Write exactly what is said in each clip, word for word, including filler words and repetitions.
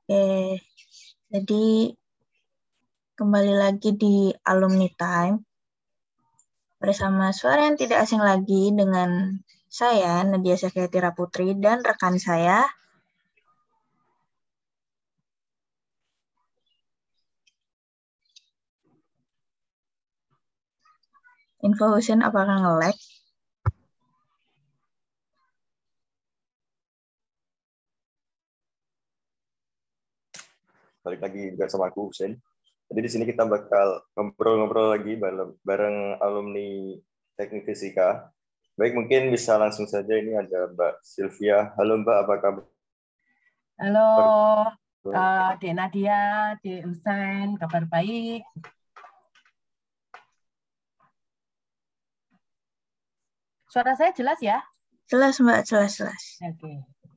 Oke, jadi kembali lagi di Alumni Time bersama suara yang tidak asing lagi dengan saya, Nadia Safiatira Putri, dan rekan saya, Info Husin. Apakah nge-lag? Balik lagi juga sama aku, Husin. Jadi di sini kita bakal ngobrol-ngobrol lagi bareng, bareng alumni Teknik Fisika. Baik, mungkin bisa langsung saja. Ini ada Mbak Sylvia. Halo Mbak, apa kabar? Halo, uh, Dek Nadia, Dek Husin, kabar baik? Suara saya jelas ya? Jelas Mbak, jelas-jelas. Oke.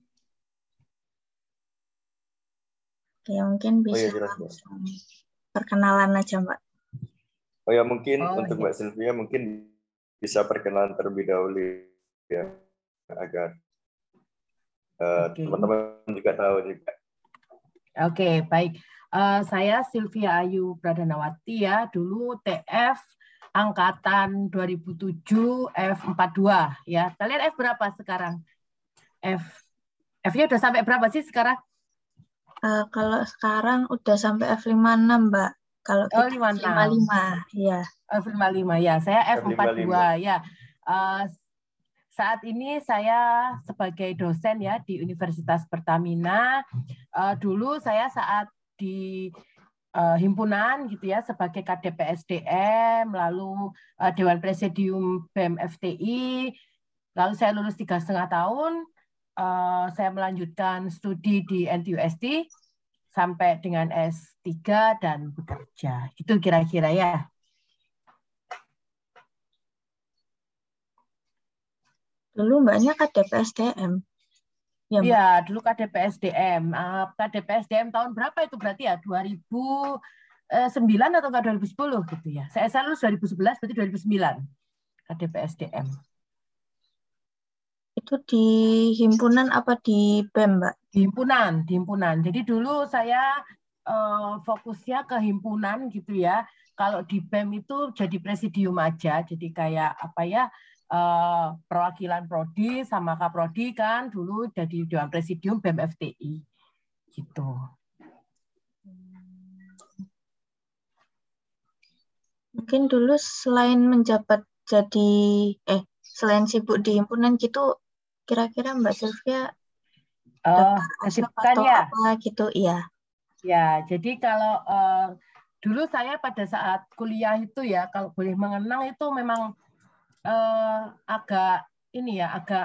Oke, mungkin bisa oh, ya, jelas, langsung perkenalan aja Mbak. Oh ya, mungkin oh, untuk iya. Mbak Sylvia mungkin bisa perkenalan terlebih dahulu ya, agar teman-teman uh, juga tahu juga. Oke, okay, baik. Uh, saya Sylvia Ayu Pradanawati ya, dulu T F angkatan dua ribu tujuh F empat puluh dua ya. Kalian F berapa sekarang? F F-nya udah sampai berapa sih sekarang? Uh, kalau sekarang udah sampai F lima puluh enam Mbak. Kalau kita oh, lima puluh enam. F lima puluh lima, ya. F lima puluh lima ya. Saya F empat puluh dua ya. Uh, Saat ini saya sebagai dosen ya di Universitas Pertamina. Uh, dulu saya saat di uh, himpunan gitu ya sebagai K D P S D M, lalu uh, Dewan Presidium B E M F T I. Lalu saya lulus tiga setengah tahun. Uh, saya melanjutkan studi di N T U S T sampai dengan S tiga dan bekerja. Itu kira-kira ya. Dulu Mbaknya K D P S D M. Iya, ya, dulu K D P S D M. K D P S D M tahun berapa itu berarti ya? dua ribu sembilan atau dua ribu sepuluh gitu ya? Saya lulus dua ribu sebelas, berarti dua ribu sembilan. K D P S D M. Itu di himpunan apa di B E M, Mbak? Di himpunan, di himpunan. Jadi dulu saya uh, fokusnya ke himpunan gitu ya. Kalau di B E M itu jadi presidium aja, jadi kayak apa ya? Uh, perwakilan prodi sama kaprodi kan dulu jadi Dewan Presidium B E M F T I gitu. Mungkin dulu selain menjabat jadi eh selain sibuk di himpunan gitu, kira-kira Mbak Sylvia uh, kesibukan atau ya apa gitu, iya. Ya, jadi kalau uh, dulu saya pada saat kuliah itu ya kalau boleh mengenang itu memang Uh, agak ini ya agak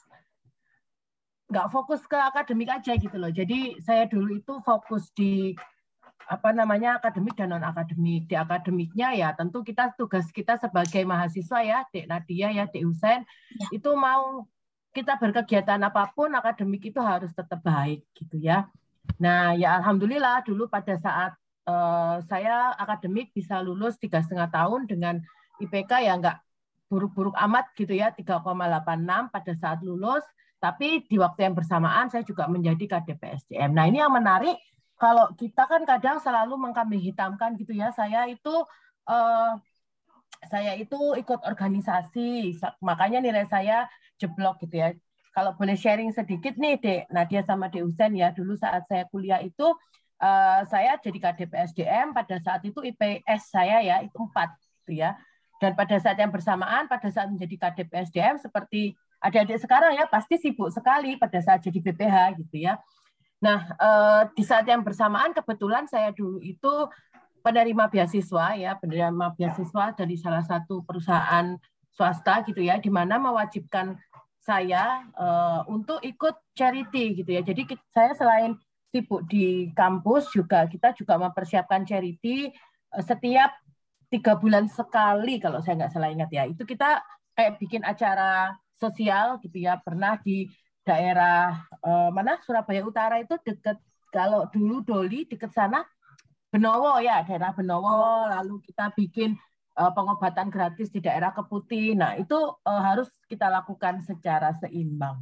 nggak fokus ke akademik aja gitu loh. Jadi saya dulu itu fokus di apa namanya akademik dan non akademik. Di akademiknya ya tentu kita tugas kita sebagai mahasiswa ya, Dek Nadia ya, Dek Husin ya. Itu mau kita berkegiatan apapun akademik itu harus tetap baik gitu ya. Nah ya alhamdulillah dulu pada saat uh, saya akademik bisa lulus tiga setengah tahun dengan I P K ya nggak buruk-buruk amat gitu ya, tiga koma delapan enam pada saat lulus, tapi di waktu yang bersamaan saya juga menjadi K D P S D M. Nah ini yang menarik, kalau kita kan kadang selalu mengkambing hitamkan gitu ya, saya itu eh, saya itu ikut organisasi, makanya nilai saya jeblok gitu ya. Kalau boleh sharing sedikit nih Dek Nadia sama Dek Husin ya, dulu saat saya kuliah itu uh, saya jadi K D P S D M, pada saat itu I P S saya ya itu empat gitu ya. Dan pada saat yang bersamaan, pada saat menjadi K D P S D M, seperti adik-adik sekarang ya, pasti sibuk sekali pada saat jadi B P H gitu ya. Nah, eh, di saat yang bersamaan, kebetulan saya dulu itu penerima beasiswa ya, penerima beasiswa dari salah satu perusahaan swasta gitu ya, di mana mewajibkan saya uh, untuk ikut charity gitu ya. Jadi saya selain sibuk di kampus juga, kita juga mempersiapkan charity uh, setiap tiga bulan sekali kalau saya nggak salah ingat ya. Itu kita kayak bikin acara sosial gitu ya. Pernah di daerah eh, mana Surabaya Utara itu dekat, kalau dulu Doli dekat sana Benowo ya, daerah Benowo. Lalu kita bikin eh, pengobatan gratis di daerah Keputih. Nah itu eh, harus kita lakukan secara seimbang.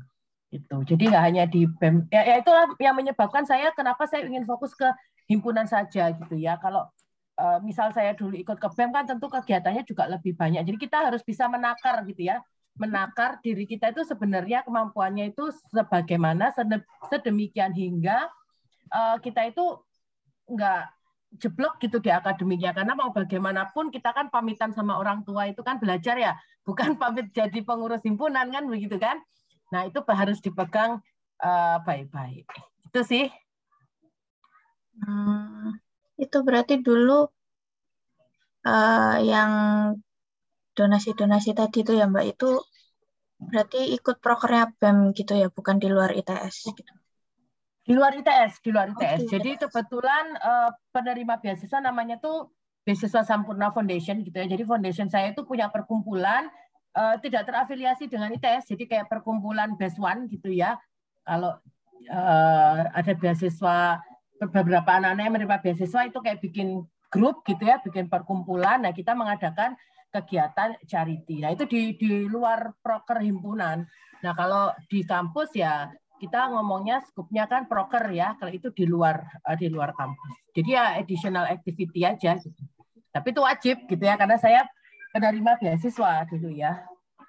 Itu. Jadi nggak hanya di B E M. Ya, ya itulah yang menyebabkan saya kenapa saya ingin fokus ke himpunan saja gitu ya. Kalau uh, misal saya dulu ikut ke B E M kan tentu kegiatannya juga lebih banyak. Jadi kita harus bisa menakar gitu ya. Menakar diri kita itu sebenarnya kemampuannya itu sebagaimana sedemikian hingga uh, kita itu nggak jeblok gitu di akademiknya, karena mau bagaimanapun kita kan pamitan sama orang tua itu kan belajar ya, bukan pamit jadi pengurus himpunan kan begitu kan. Nah itu harus dipegang baik-baik. Uh, itu sih. Hmm, itu berarti dulu uh, yang donasi-donasi tadi itu ya Mbak, itu berarti ikut prokernya B E M gitu ya, bukan di luar I T S gitu. Di luar I T S, di luar I T S. Oh, Jadi kebetulan uh, penerima beasiswa namanya tuh Beasiswa Sampurna Foundation gitu ya. Jadi foundation saya itu punya perkumpulan uh, tidak terafiliasi dengan I T S, jadi kayak perkumpulan Best One gitu ya. Kalau uh, ada beasiswa, beberapa anak-anak yang menerima beasiswa itu kayak bikin grup gitu ya, bikin perkumpulan. Nah kita mengadakan kegiatan charity. Nah itu di di luar proker himpunan. Nah kalau di kampus ya kita ngomongnya skupnya kan proker ya, kalau itu di luar di luar kampus. Jadi ya additional activity aja gitu. Tapi itu wajib gitu ya, karena saya penerima beasiswa dulu ya.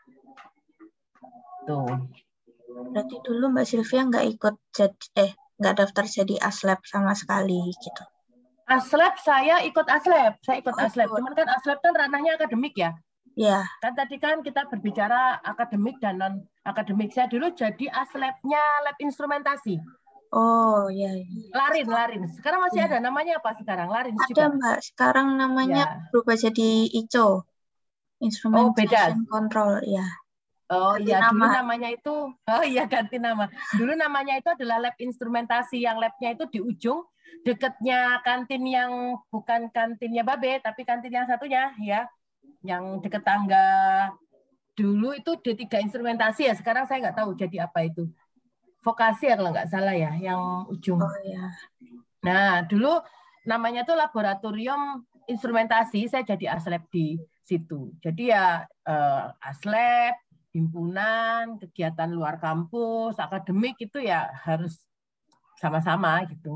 Tuh. Berarti dulu Mbak Sylvia nggak ikut jadi eh nggak daftar jadi aslab sama sekali gitu. Aslab saya ikut aslab, saya ikut oh, aslab. Cuman kan aslab kan ranahnya akademik ya. Ya. Kan tadi kan kita berbicara akademik dan non akademik. Saya dulu jadi aslabnya lab instrumentasi. Oh ya. Larin, Larin. Sekarang masih ya. Ada namanya apa sekarang? Larin ada, juga. Mbak. Sekarang namanya ya. berubah jadi I C O. Instrumentation oh, Control ya. Oh iya, dulu namanya itu, oh iya ganti nama. Dulu namanya itu adalah lab instrumentasi, yang labnya itu di ujung dekatnya kantin yang bukan kantinnya Babe, tapi kantin yang satunya ya, yang deket tangga. Dulu itu D tiga instrumentasi ya, sekarang saya nggak tahu jadi apa itu. Vokasi ya kalau nggak salah ya, yang ujung. Oh ya. Nah dulu namanya tuh laboratorium instrumentasi, saya jadi aslab di situ. Jadi ya eh, aslab, himpunan, kegiatan luar kampus, akademik itu ya harus sama-sama gitu.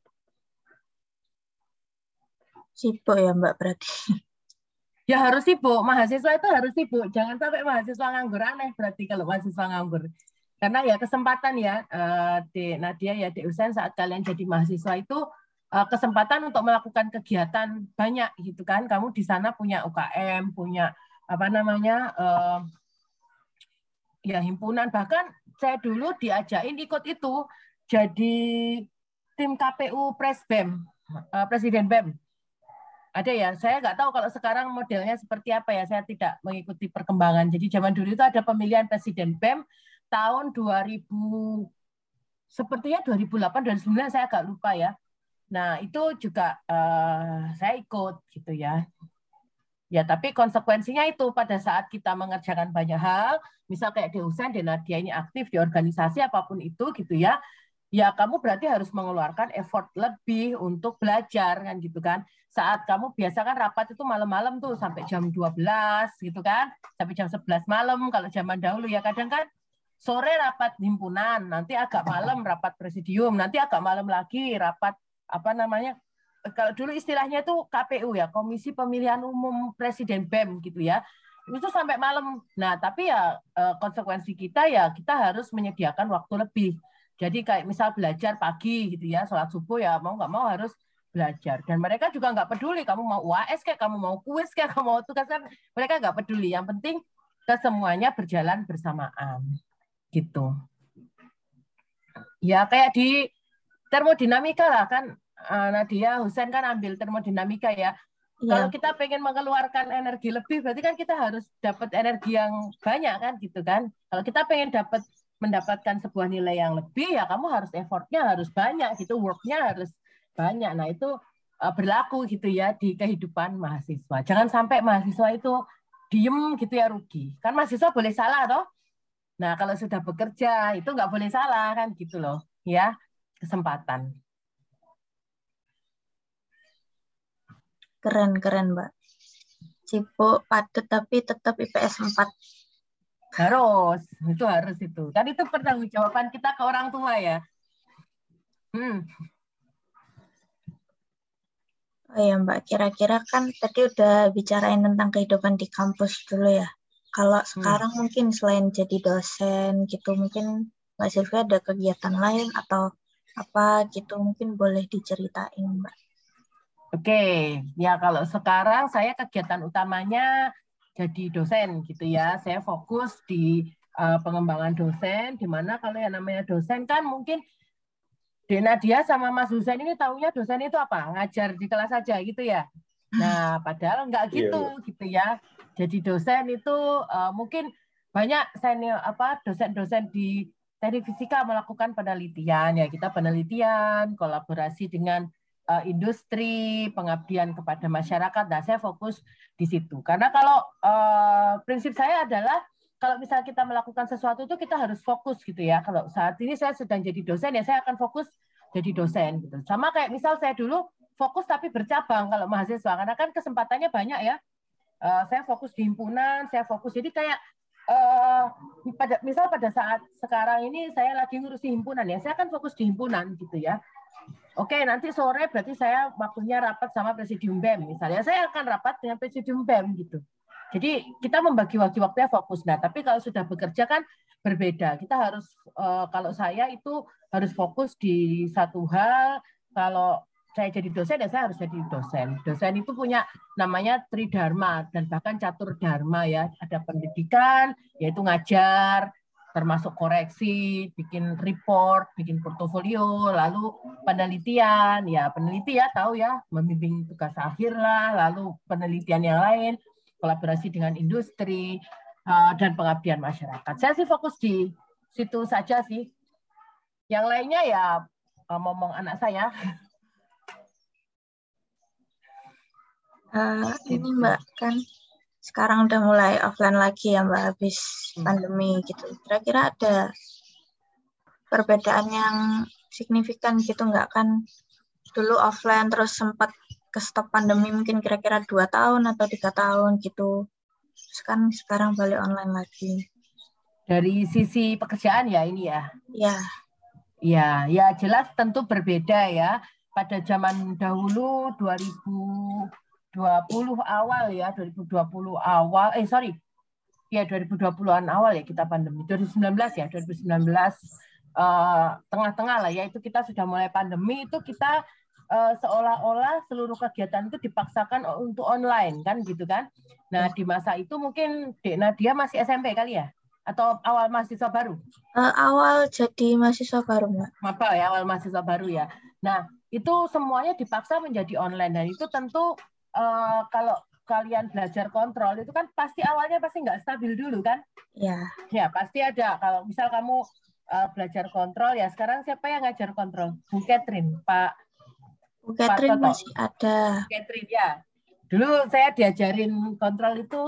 Sibuk ya Mbak berarti. Ya harus sibuk, mahasiswa itu harus sibuk. Jangan sampai mahasiswa nganggur, aneh berarti kalau mahasiswa nganggur. Karena ya kesempatan ya, Dek Nadia ya, Dek Usen, saat kalian jadi mahasiswa itu kesempatan untuk melakukan kegiatan banyak gitu kan. Kamu di sana punya U K M, punya apa namanya, ya himpunan. Bahkan saya dulu diajakin ikut itu jadi tim K P U Presbem, Presiden B E M. Ada ya, saya nggak tahu kalau sekarang modelnya seperti apa ya, saya tidak mengikuti perkembangan. Jadi zaman dulu itu ada pemilihan Presiden B E M tahun dua ribu, sepertinya dua ribu delapan, dua ribu sembilan, saya agak lupa ya. Nah itu juga uh, saya ikut gitu ya. Ya, tapi konsekuensinya itu pada saat kita mengerjakan banyak hal, misal kayak di Usen, di Nadia ini aktif di organisasi apapun itu gitu ya, ya kamu berarti harus mengeluarkan effort lebih untuk belajar kan gitu kan. Saat kamu biasa kan rapat itu malam-malam tuh sampai jam dua belas gitu kan, sampai jam sebelas malam kalau zaman dahulu ya. Kadang kan sore rapat himpunan, nanti agak malam rapat presidium, nanti agak malam lagi rapat apa namanya, kalau dulu istilahnya itu K P U ya, Komisi Pemilihan Umum Presiden B E M gitu ya, itu sampai malam. Nah tapi ya konsekuensi kita ya kita harus menyediakan waktu lebih. Jadi kayak misal belajar pagi gitu ya, sholat subuh ya mau nggak mau harus belajar. Dan mereka juga nggak peduli kamu mau U A S kayak, kamu mau kuis kayak, kamu mau tugas kan, mereka nggak peduli. Yang penting kesemuanya berjalan bersamaan gitu. Ya kayak di termodinamika lah kan, Nadia Husen kan ambil termodinamika ya. Ya. Kalau kita pengen mengeluarkan energi lebih, berarti kan kita harus dapat energi yang banyak kan gitu kan. Kalau kita pengen dapat mendapatkan sebuah nilai yang lebih, ya kamu harus effortnya harus banyak gitu, worknya harus banyak. Nah itu berlaku gitu ya di kehidupan mahasiswa. Jangan sampai mahasiswa itu diem gitu ya, rugi. Kan mahasiswa boleh salah toh. Nah kalau sudah bekerja itu nggak boleh salah kan gitu loh ya, kesempatan. Keren, keren Mbak. Sibuk, padat, tapi tetap I P S empat. Harus, itu harus itu. Kan itu pertanggungjawaban kita ke orang tua ya. Hmm. Oh ya Mbak, kira-kira kan tadi udah bicarain tentang kehidupan di kampus dulu ya. Kalau sekarang hmm. mungkin selain jadi dosen gitu, mungkin Mbak Sylvia ada kegiatan lain atau apa gitu, mungkin boleh diceritain Mbak. Oke, ya kalau sekarang saya kegiatan utamanya jadi dosen gitu ya. Saya fokus di uh, pengembangan dosen, di mana kalau yang namanya dosen kan mungkin Dek Nadia sama Mas Husain ini taunya dosen itu apa? Ngajar di kelas saja gitu ya. Nah, padahal nggak gitu iya, gitu ya. Jadi dosen itu uh, mungkin banyak senior apa dosen-dosen di teknik fisika melakukan penelitian ya. Kita penelitian, kolaborasi dengan uh, industri, pengabdian kepada masyarakat. Nah, saya fokus di situ. Karena kalau uh, prinsip saya adalah kalau misalnya kita melakukan sesuatu itu kita harus fokus gitu ya. Kalau saat ini saya sedang jadi dosen ya saya akan fokus jadi dosen gitu. Sama kayak misal saya dulu fokus tapi bercabang kalau mahasiswa karena kan kesempatannya banyak ya. Uh, saya fokus di himpunan, saya fokus jadi kayak uh, pada misal pada saat sekarang ini saya lagi ngurusi himpunan ya, saya akan fokus di himpunan gitu ya. Oke, nanti sore berarti saya waktunya rapat sama Presidium B E M misalnya, saya akan rapat dengan Presidium B E M gitu. Jadi kita membagi waktu-waktunya fokus. Nah, tapi kalau sudah bekerja kan berbeda. Kita harus uh, kalau saya itu harus fokus di satu hal. Kalau saya jadi dosen ya saya harus jadi dosen. Dosen itu punya namanya tridharma dan bahkan catur dharma ya. Ada pendidikan yaitu ngajar, termasuk koreksi, bikin report, bikin portofolio, lalu penelitian, ya peneliti ya tahu ya, membimbing tugas akhir lah, lalu penelitian yang lain, kolaborasi dengan industri, dan pengabdian masyarakat. Saya sih fokus di situ saja sih. Yang lainnya ya ngomong anak saya. Uh, ini Mbak, kan sekarang udah mulai offline lagi ya Mbak, habis pandemi gitu. Kira-kira ada perbedaan yang signifikan gitu nggak, kan dulu offline terus sempat ke stop pandemi mungkin kira-kira dua tahun atau tiga tahun gitu. Terus kan sekarang balik online lagi. Dari sisi pekerjaan ya ini ya? Ya. Ya, ya jelas tentu berbeda ya. Pada zaman dahulu dua ribu dua puluh awal ya, dua ribu dua puluh awal, eh sorry, ya dua ribu dua puluhan awal ya kita pandemi. dua ribu sembilan belas ya, dua ribu sembilan belas uh, tengah-tengah lah ya, itu kita sudah mulai pandemi, itu kita uh, seolah-olah seluruh kegiatan itu dipaksakan untuk online kan gitu kan. Nah di masa itu mungkin Dek Nadia masih S M P kali ya? Atau awal mahasiswa baru? Uh, awal jadi mahasiswa baru, Mbak. Apa ya, awal mahasiswa baru ya. Nah, itu semuanya dipaksa menjadi online. Dan itu tentu uh, kalau kalian belajar kontrol, itu kan pasti awalnya pasti nggak stabil dulu kan? Ya. Ya, pasti ada. Kalau misal kamu uh, belajar kontrol, ya sekarang siapa yang ngajar kontrol? Bu Catherine, Pak Bu Catherine masih ada. Bu Catherine, ya. Dulu saya diajarin kontrol itu,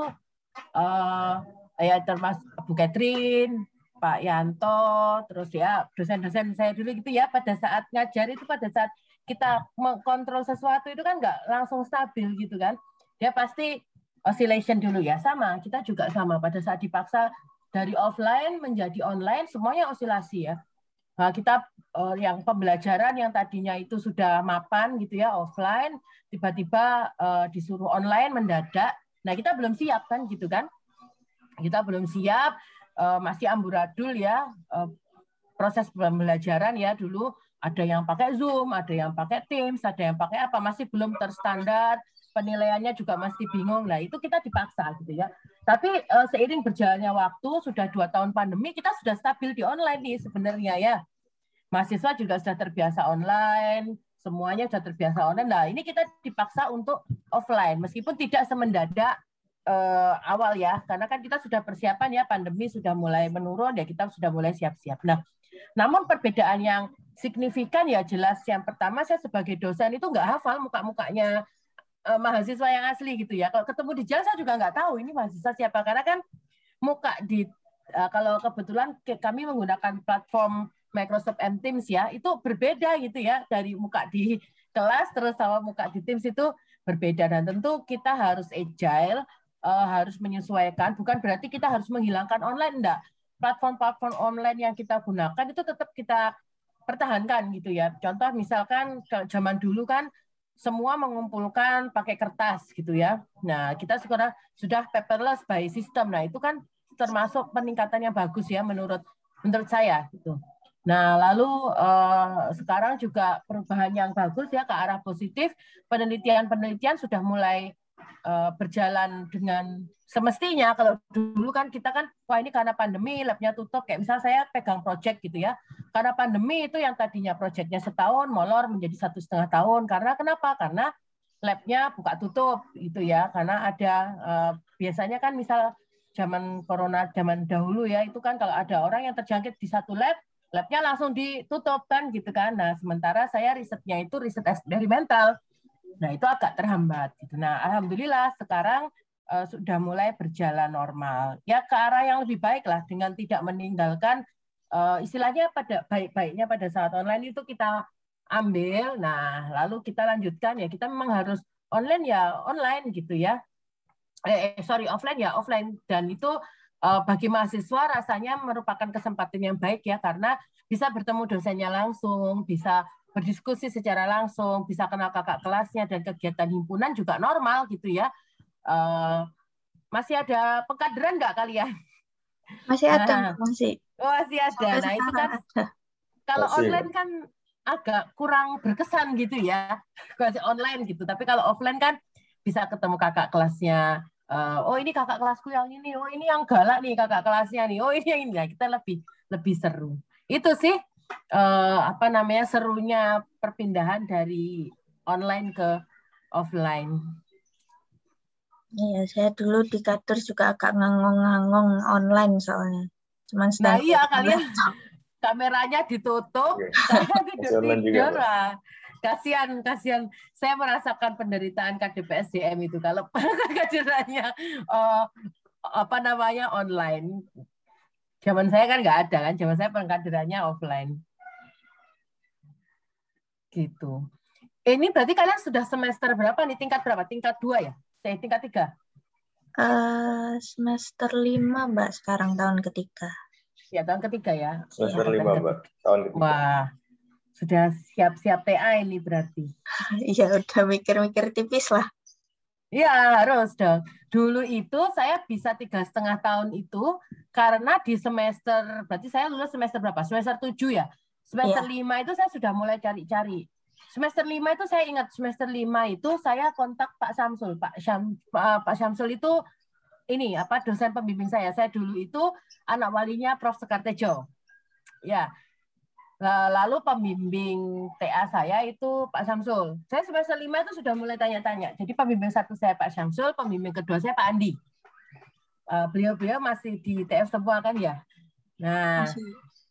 uh, ya termasuk Bu Catherine, Pak Yanto, terus ya dosen-dosen saya dulu gitu ya, pada saat ngajar itu pada saat kita mengkontrol sesuatu itu kan nggak langsung stabil gitu kan. Dia pasti oscillation dulu ya, sama, kita juga sama. Pada saat dipaksa dari offline menjadi online, semuanya osilasi ya. Nah, kita uh, yang pembelajaran yang tadinya itu sudah mapan gitu ya, offline, tiba-tiba uh, disuruh online mendadak. Nah, kita belum siap kan gitu kan. Kita belum siap, uh, masih amburadul ya, uh, proses pembelajaran ya dulu ada yang pakai Zoom, ada yang pakai Teams, ada yang pakai apa, masih belum terstandar, penilaiannya juga masih bingung. Nah, itu kita dipaksa gitu ya. Tapi uh, seiring berjalannya waktu, sudah dua tahun pandemi, kita sudah stabil di online nih sebenarnya ya. Mahasiswa juga sudah terbiasa online, semuanya sudah terbiasa online. Nah, ini kita dipaksa untuk offline, meskipun tidak semendadak uh, awal ya, karena kan kita sudah persiapan ya, pandemi sudah mulai menurun ya, kita sudah mulai siap-siap. Nah, namun perbedaan yang signifikan ya jelas yang pertama, saya sebagai dosen itu nggak hafal muka-mukanya uh, mahasiswa yang asli gitu ya. Kalau ketemu di jalan saya juga nggak tahu ini mahasiswa siapa, karena kan muka di uh, kalau kebetulan kami menggunakan platform Microsoft M Teams ya, itu berbeda gitu ya, dari muka di kelas terus sama muka di Teams itu berbeda, dan tentu kita harus agile uh, harus menyesuaikan. Bukan berarti kita harus menghilangkan online, enggak. Platform-platform online yang kita gunakan itu tetap kita pertahankan gitu ya. Contoh misalkan zaman dulu kan semua mengumpulkan pakai kertas gitu ya. Nah, kita sekarang sudah paperless by system. Nah, itu kan termasuk peningkatan yang bagus ya menurut menurut saya gitu. Nah, lalu eh, sekarang juga perubahan yang bagus ya ke arah positif. Penelitian-penelitian sudah mulai eh, berjalan dengan semestinya. Kalau dulu kan kita kan, wah ini karena pandemi, labnya tutup. Kayak misal saya pegang project gitu ya. Karena pandemi itu yang tadinya projectnya setahun, molor menjadi satu setengah tahun. Karena kenapa? Karena labnya buka tutup gitu ya. Karena ada eh, biasanya kan misal zaman corona zaman dahulu ya, itu kan kalau ada orang yang terjangkit di satu lab, labnya langsung ditutup kan gitu kan. Nah sementara saya risetnya itu riset eksperimental. Nah itu agak terhambat. Gitu. Nah alhamdulillah sekarang uh, sudah mulai berjalan normal. Ya ke arah yang lebih baik lah dengan tidak meninggalkan uh, istilahnya pada baik-baiknya pada saat online itu kita ambil. Nah lalu kita lanjutkan ya kita memang harus online ya online gitu ya. Eh, eh sorry offline ya offline dan itu uh, bagi mahasiswa rasanya merupakan kesempatan yang baik ya karena bisa bertemu dosennya langsung, bisa berdiskusi secara langsung, bisa kenal kakak kelasnya dan kegiatan himpunan juga normal gitu ya. Uh, masih ada pengkaderan nggak kalian? Masih ada, nah, masih. Oh, masih ada. Sampai nah itu kan ada. Kalau masih. Online kan agak kurang berkesan gitu ya, masih online gitu. Tapi kalau offline kan bisa ketemu kakak kelasnya. Uh, oh ini kakak kelasku yang ini, oh ini yang galak nih kakak kelasnya nih, oh ini yang ini. Nah, kita lebih lebih seru. Itu sih uh, apa namanya serunya perpindahan dari online ke offline. Iya, saya dulu di Katur juga agak ngangong-ngangong online soalnya. Cuman nah iya kalian kameranya ditutup, kalian tidur-tidur lah. Kasihan, kasihan. Saya merasakan penderitaan K D P S D M itu kalau kaderannya uh, apa namanya online. Zaman saya kan nggak ada kan, zaman saya pengkaderannya offline. Gitu. Ini berarti kalian sudah semester berapa nih? Tingkat berapa? Tingkat dua ya? Saya tingkat tiga? Uh, semester lima, Mbak. Sekarang tahun ketiga. Ya, tahun ketiga ya. Semester ya, lima, Mbak. Tahun ketiga. Wah, sudah siap-siap T A ini berarti. Iya, udah mikir-mikir tipis lah. Iya, harus dong. Dulu itu saya bisa tiga setengah tahun itu karena di semester, berarti saya lulus semester berapa? Semester tujuh ya? Semester ya. lima itu saya sudah mulai cari-cari. Semester lima itu saya ingat, semester lima itu saya kontak Pak Samsul. Pak, Syam, Pak Samsul itu ini apa dosen pembimbing saya. Saya dulu itu anak walinya Profesor Sekartejo. Ya. Lalu pembimbing T A saya itu Pak Samsul. Saya semester lima itu sudah mulai tanya-tanya. Jadi pembimbing satu saya Pak Samsul, pembimbing kedua saya Pak Andi. Beliau-beliau masih di T F semua kan ya. Nah, masih.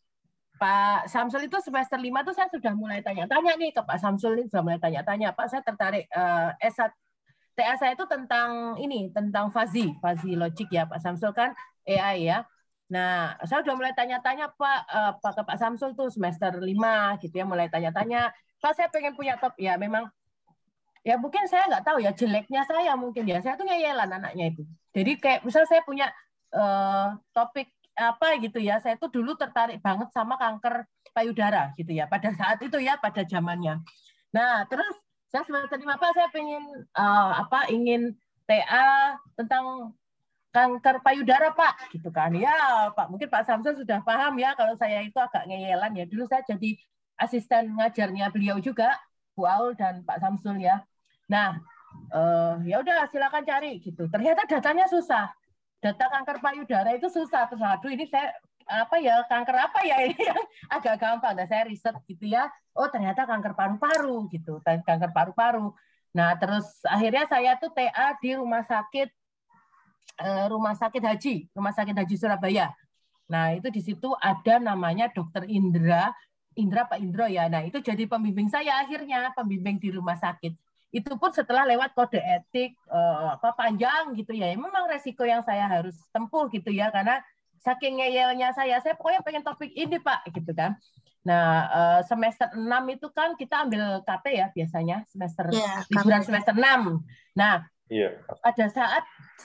Pak Samsul itu semester lima itu saya sudah mulai tanya-tanya nih ke Pak Samsul, ini sudah mulai tanya-tanya. Pak, saya tertarik uh, S satu T A saya itu tentang ini, tentang fuzzy, fuzzy logic ya. Pak Samsul kan A I ya. Nah, saya udah mulai tanya-tanya Pak, uh, Pak ke Pak Samsul tuh semester lima gitu ya, mulai tanya-tanya. Pak, saya pengen punya top ya, memang ya mungkin saya nggak tahu ya jeleknya saya mungkin ya. Saya tuh ngeyelan anaknya itu. Jadi kayak misal saya punya uh, topik apa gitu ya, saya tuh dulu tertarik banget sama kanker payudara gitu ya pada saat itu ya, pada zamannya. Nah, terus saya semester lima Pak, saya pengen uh, apa ingin T A tentang kanker payudara Pak gitu kan ya Pak, mungkin Pak Samsul sudah paham ya kalau saya itu agak ngeyelan ya. Dulu saya jadi asisten ngajarnya beliau juga, Bu Aul dan Pak Samsul ya. Nah uh, ya udah silakan cari gitu. Ternyata datanya susah, data kanker payudara itu susah. Terus aduh ini saya apa ya kanker apa ya ini yang agak gampang. Dan saya riset gitu ya, oh ternyata kanker paru-paru gitu, kanker paru-paru. Nah terus akhirnya saya tuh T A di rumah sakit Rumah Sakit Haji, Rumah Sakit Haji Surabaya. Nah, itu di situ ada namanya Dokter Indra, Indra Pak Indro ya. Nah, itu jadi pembimbing saya akhirnya, pembimbing di rumah sakit. Itu pun setelah lewat kode etik eh, apa panjang gitu ya. Memang resiko yang saya harus tempuh gitu ya, karena saking ngeyelnya saya, saya pokoknya pengen topik ini Pak gitu kan. Nah, semester enam itu kan kita ambil K P ya biasanya, semester ya, liburan semester enam. Nah, ya. pada saat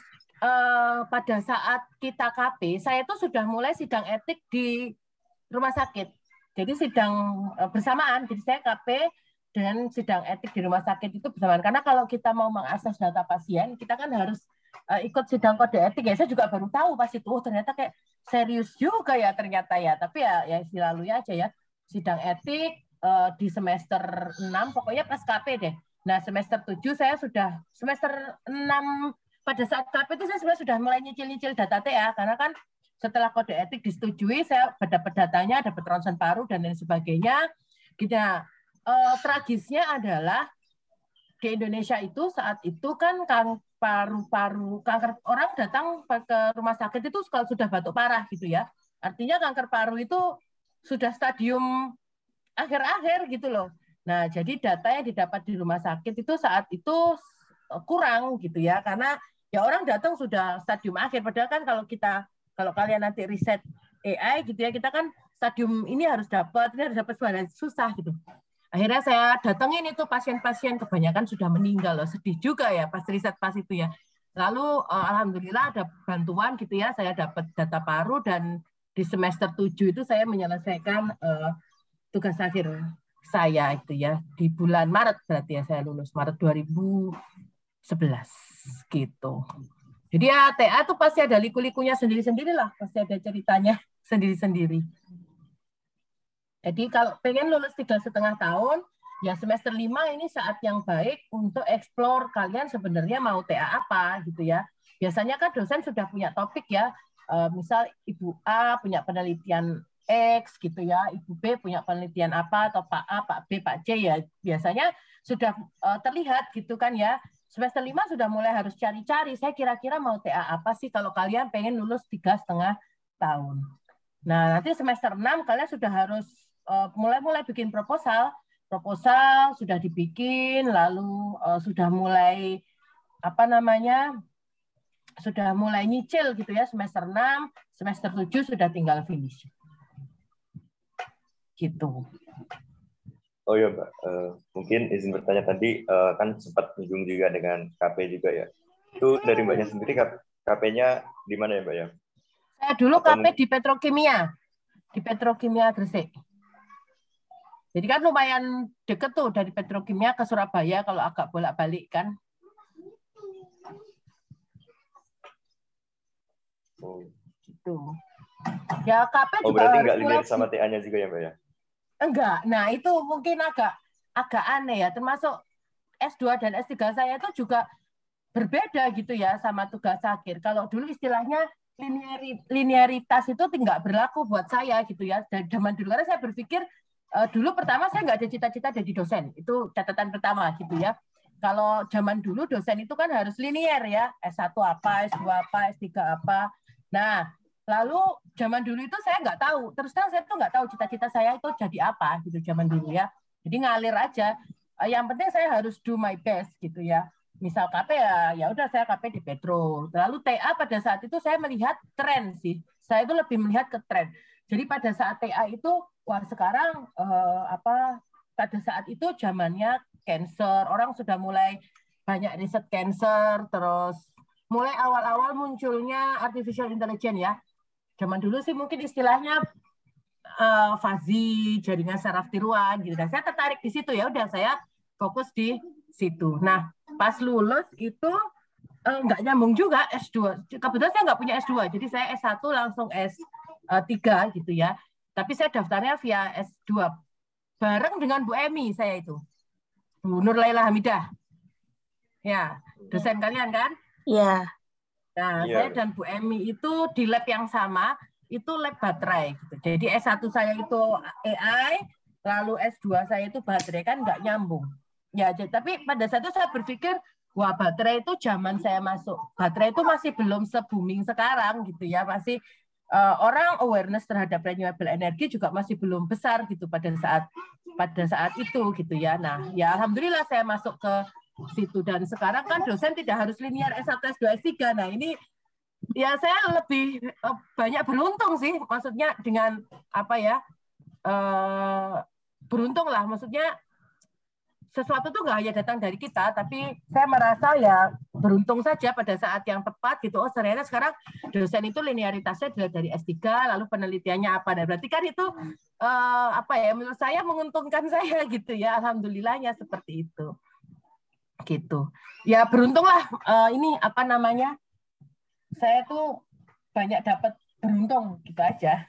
eh, pada saat kita K P, saya itu sudah mulai sidang etik di rumah sakit. Jadi sidang eh, bersamaan, jadi saya K P dan sidang etik di rumah sakit itu bersamaan. Karena kalau kita mau mengakses data pasien, kita kan harus uh, ikut sidang kode etik. Ya saya juga baru tahu pas itu, oh ternyata kayak serius juga ya ternyata ya. Tapi ya ya lalunya aja ya. Sidang etik uh, di semester enam, pokoknya pas K P deh. Nah semester tujuh saya sudah, semester enam pada saat K P itu saya sebenarnya sudah mulai nyicil-nyicil data T A, karena kan setelah kode etik disetujui, saya dapat datanya, dapat ronsen paru dan lain sebagainya. Gitu. Uh, tragisnya adalah di Indonesia itu saat itu kan kan paru-paru kanker, orang datang ke rumah sakit itu kalau sudah batuk parah gitu ya. Artinya kanker paru itu sudah stadium akhir-akhir gitu loh. Nah, jadi data yang didapat di rumah sakit itu saat itu kurang gitu ya, karena ya orang datang sudah stadium akhir. Padahal kan kalau kita, kalau kalian nanti riset A I gitu ya, kita kan stadium ini harus dapat, ini harus dapat sebenarnya susah gitu. Akhirnya saya datengin itu pasien-pasien, kebanyakan sudah meninggal loh, sedih juga ya pas riset pas itu ya. Lalu alhamdulillah ada bantuan gitu ya, saya dapat data paru dan di semester tujuh itu saya menyelesaikan uh, tugas akhir saya itu ya di bulan Maret, berarti ya saya lulus Maret dua ribu sebelas gitu. Jadi ya T A tuh pasti ada liku-likunya sendiri-sendiri lah, pasti ada ceritanya sendiri-sendiri. Jadi kalau pengen lulus tiga setengah tahun, ya semester lima ini saat yang baik untuk eksplor kalian sebenarnya mau T A apa gitu ya. Biasanya kan dosen sudah punya topik ya, misal Ibu A punya penelitian X gitu ya, Ibu B punya penelitian apa, atau Pak A, Pak B, Pak C ya. Biasanya sudah terlihat gitu kan ya. Semester lima sudah mulai harus cari-cari, saya kira-kira mau T A apa sih kalau kalian pengen lulus tiga setengah tahun. Nah, nanti semester enam kalian sudah harus mulai-mulai uh, bikin proposal, proposal sudah dibikin, lalu uh, sudah mulai apa namanya, sudah mulai nyicil gitu ya, semester enam, semester tujuh sudah tinggal finish. Gitu. Oh iya Mbak, uh, mungkin izin bertanya tadi, uh, kan sempat menyinggung juga dengan K P juga ya. Itu dari Mbaknya sendiri K P-nya di mana ya Mbak ya? Saya dulu Atau K P di Petrokimia, di Petrokimia Gresik. Jadi kan lumayan deket tuh dari Petrokimia ke Surabaya kalau agak bolak-balik kan. Oh. Gitu. Ya K P oh, juga berarti harus nggak linear mulai... sama T A-nya juga ya Mbak ya? Enggak. Nah itu mungkin agak agak aneh ya. Termasuk S dua dan S tiga saya itu juga berbeda gitu ya sama tugas akhir. Kalau dulu istilahnya linearitas itu tidak berlaku buat saya gitu ya. Dari zaman dulu karena saya berpikir uh, dulu pertama saya nggak ada cita-cita jadi dosen. Itu catatan pertama gitu ya. Kalau zaman dulu dosen itu kan harus linear ya. S satu apa, S dua apa, S tiga apa. Nah, lalu zaman dulu itu saya nggak tahu. Terus terang saya tuh nggak tahu cita-cita saya itu jadi apa gitu zaman dulu ya. Jadi ngalir aja. Uh, yang penting saya harus do my best gitu ya. Misal K P ya, ya udah saya K P di Petro. Lalu T A pada saat itu saya melihat tren sih. Saya itu lebih melihat ke tren. Jadi pada saat T A itu, wah sekarang eh, apa? Pada saat itu zamannya cancer, orang sudah mulai banyak riset cancer, terus mulai awal-awal munculnya artificial intelligence ya. Zaman dulu sih mungkin istilahnya uh, fazi, jaringan saraf tiruan gitu. Dan saya tertarik di situ ya, udah saya fokus di situ. Nah, pas lulus itu uh, nggak nyambung juga S dua. Kebetulan saya nggak punya S dua, jadi saya S satu langsung S tiga gitu ya. Tapi saya daftarnya via S dua bareng dengan Bu Emi saya itu. Bu Nur Laila Hamidah. Ya, dosen kalian kan? Iya. Nah, yeah. saya dan Bu Emi itu di lab yang sama, itu lab baterai gitu. Jadi S satu saya itu A I, lalu S dua saya itu baterai, kan nggak nyambung. Ya, tapi pada saat itu saya berpikir, wah baterai itu zaman saya masuk, baterai itu masih belum se-booming sekarang gitu ya, masih uh, orang awareness terhadap renewable energy juga masih belum besar gitu pada saat pada saat itu gitu ya. Nah, ya alhamdulillah saya masuk ke situ dan sekarang kan dosen tidak harus linear S satu, S dua, S tiga. Nah, ini ya saya lebih uh, banyak beruntung sih, maksudnya dengan apa ya? Uh, beruntung lah maksudnya. sesuatu tuh nggak hanya datang dari kita, tapi saya merasa ya beruntung saja pada saat yang tepat gitu. Oh ternyata sekarang dosen itu linearitasnya dari S tiga, lalu penelitiannya apa. Dan berarti kan itu uh, apa ya, menurut saya menguntungkan saya gitu ya. Alhamdulillahnya seperti itu. Gitu. Ya beruntunglah uh, ini apa namanya, saya tuh banyak dapat beruntung gitu aja.